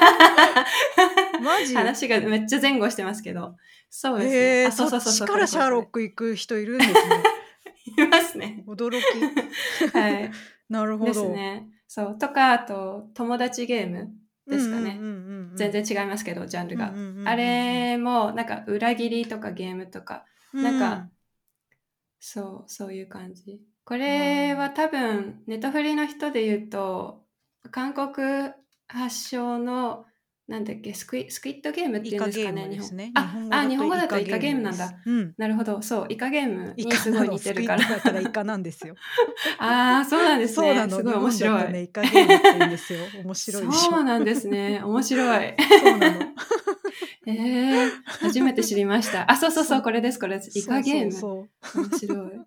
マジ。 話がめっちゃ前後してますけど、そうですね。 へえ、 あ、そうそっそうそうそう、こちからシれこれこれ。 ャーロック行く人いるんですね。 いますね。 驚き。 はい。 なるでほど。 すね。そう。とか、あと、友達ゲームうんうんうんですかね。全うん然違いますけど、ジャンルうん。うんうんが。あうんれも、なんか、裏切りとかゲームとか、 うんうん。 なんか、 うん。 そういう感じ。こあれは多分、ネットフリの人で言うと、韓国発祥の、なんだっけ、スクイッドゲームっていうんイカゲーですかね、日本。 ムですね。日あ、 本語だ日本語だととイカイカゲーゲームです。 ムなんだ。 うん。 なるほど。そう、イカゲームイにすごいカなの。スクイッ似てるから。 ドだからイカなんですよ。 ああ、そうなんですね。 そうなの。 すごい日面白い。 本だとね、イカゲームって言うんですよ。面白いでしょ。 そうなんですね。面白い。 そうなの。 初めて知りました。あ、そうそうそう、 そう。 これです、これです。イそうカゲーム。 そうそう。 面白い。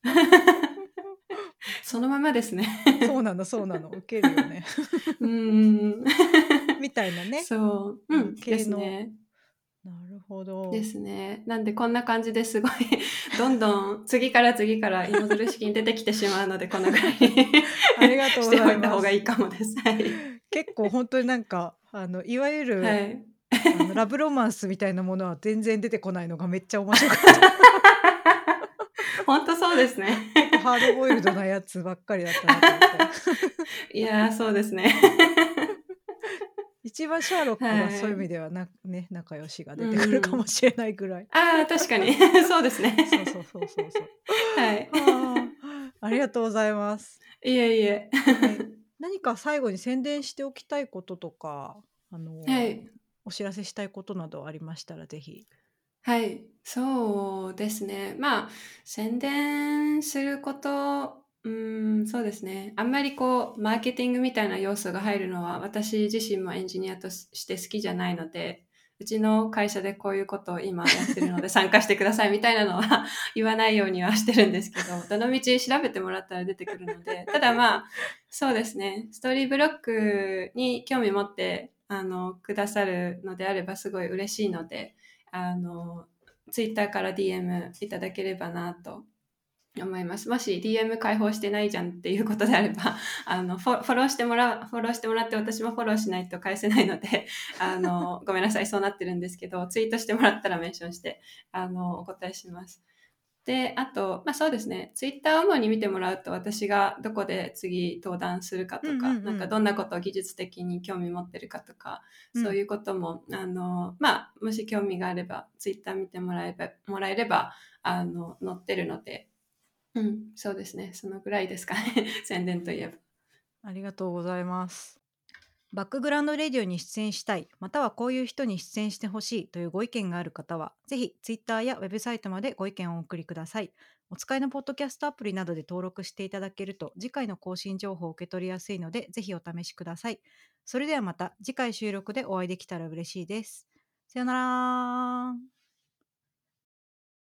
そのままですね。 そうなの、そうなの。ウケるよね。 うん。 みたいなね。 そう、で系の。 すね。 なるほでど。 すね。なんでこんな感じですごいどんどん次から次から芋づる式に出てきてしまうので、このぐらいにありがとうござしておいたいます。 方がいいかもです。はい。 結構本当になんか、いわゆる、 はい。 ラブロマンスみたいなものは全然出てこないのがめっちゃ面白かった。 ほんとそうですね。 結構ハードボイルドなやつばっかりだったなと思って。 いや、そうですね。 一番シャーロックはそういう意はい。 味ではね、仲良しがう出てくるかもん。 しれないぐらい。 ああ、確かに。そうですね。 そうそうそうそうそう。 はい。 はあ、ありがとうございます。 いえいえ。 はい。何か最後に宣伝しておきたいこととか、 はい。 お知らせしたいことなどありましたら、ぜひ。 はい。そうですね。まあ、宣伝すること、そうですね。あんまりこう、マーケティングみたいな要素が入るのは、私自身もエンジニアとして好きじゃないので、うちの会社でこういうことを今やってるので参加してくださいみたいなのは言わないようにはしてるんですけど、どの道調べてもらったら出てくるので、ただまあ、そうですね。ストーリーブロックに興味持って、くださるのであればすごい嬉しいので、あの、ツイッターから DM いただければなと思います。もし DM 開放してないじゃんっていうことであれば、フォローしてもらって私もフォローしないと返せないので、ごめんなさい、そうなってるんですけど、ツイートしてもらったらメンションして、お答えします。で、あと、まあそうですね、ツイッターを主に見てもらうと、私がどこで次登壇するかうんうとか、 んうん。 なんかどんなことを技術的に興味持ってるかとか、 うん。 そういうことも、まあ、もし興味があれば、ツイッター見てもらえれば、載ってるので、そうですね、そのぐらいですかね、宣伝といえば。 ありがとうございます。バックグラウンドレディオに出演したい、またはこういう人に出演してほしいというご意見がある方は、ぜひツイッターやウェブサイトまでご意見をお送りください。お使いのポッドキャストアプリなどで登録していただけると、次回の更新情報を受け取りやすいので、ぜひお試しください。それではまた次回収録でお会いできたら嬉しいです。さよなら。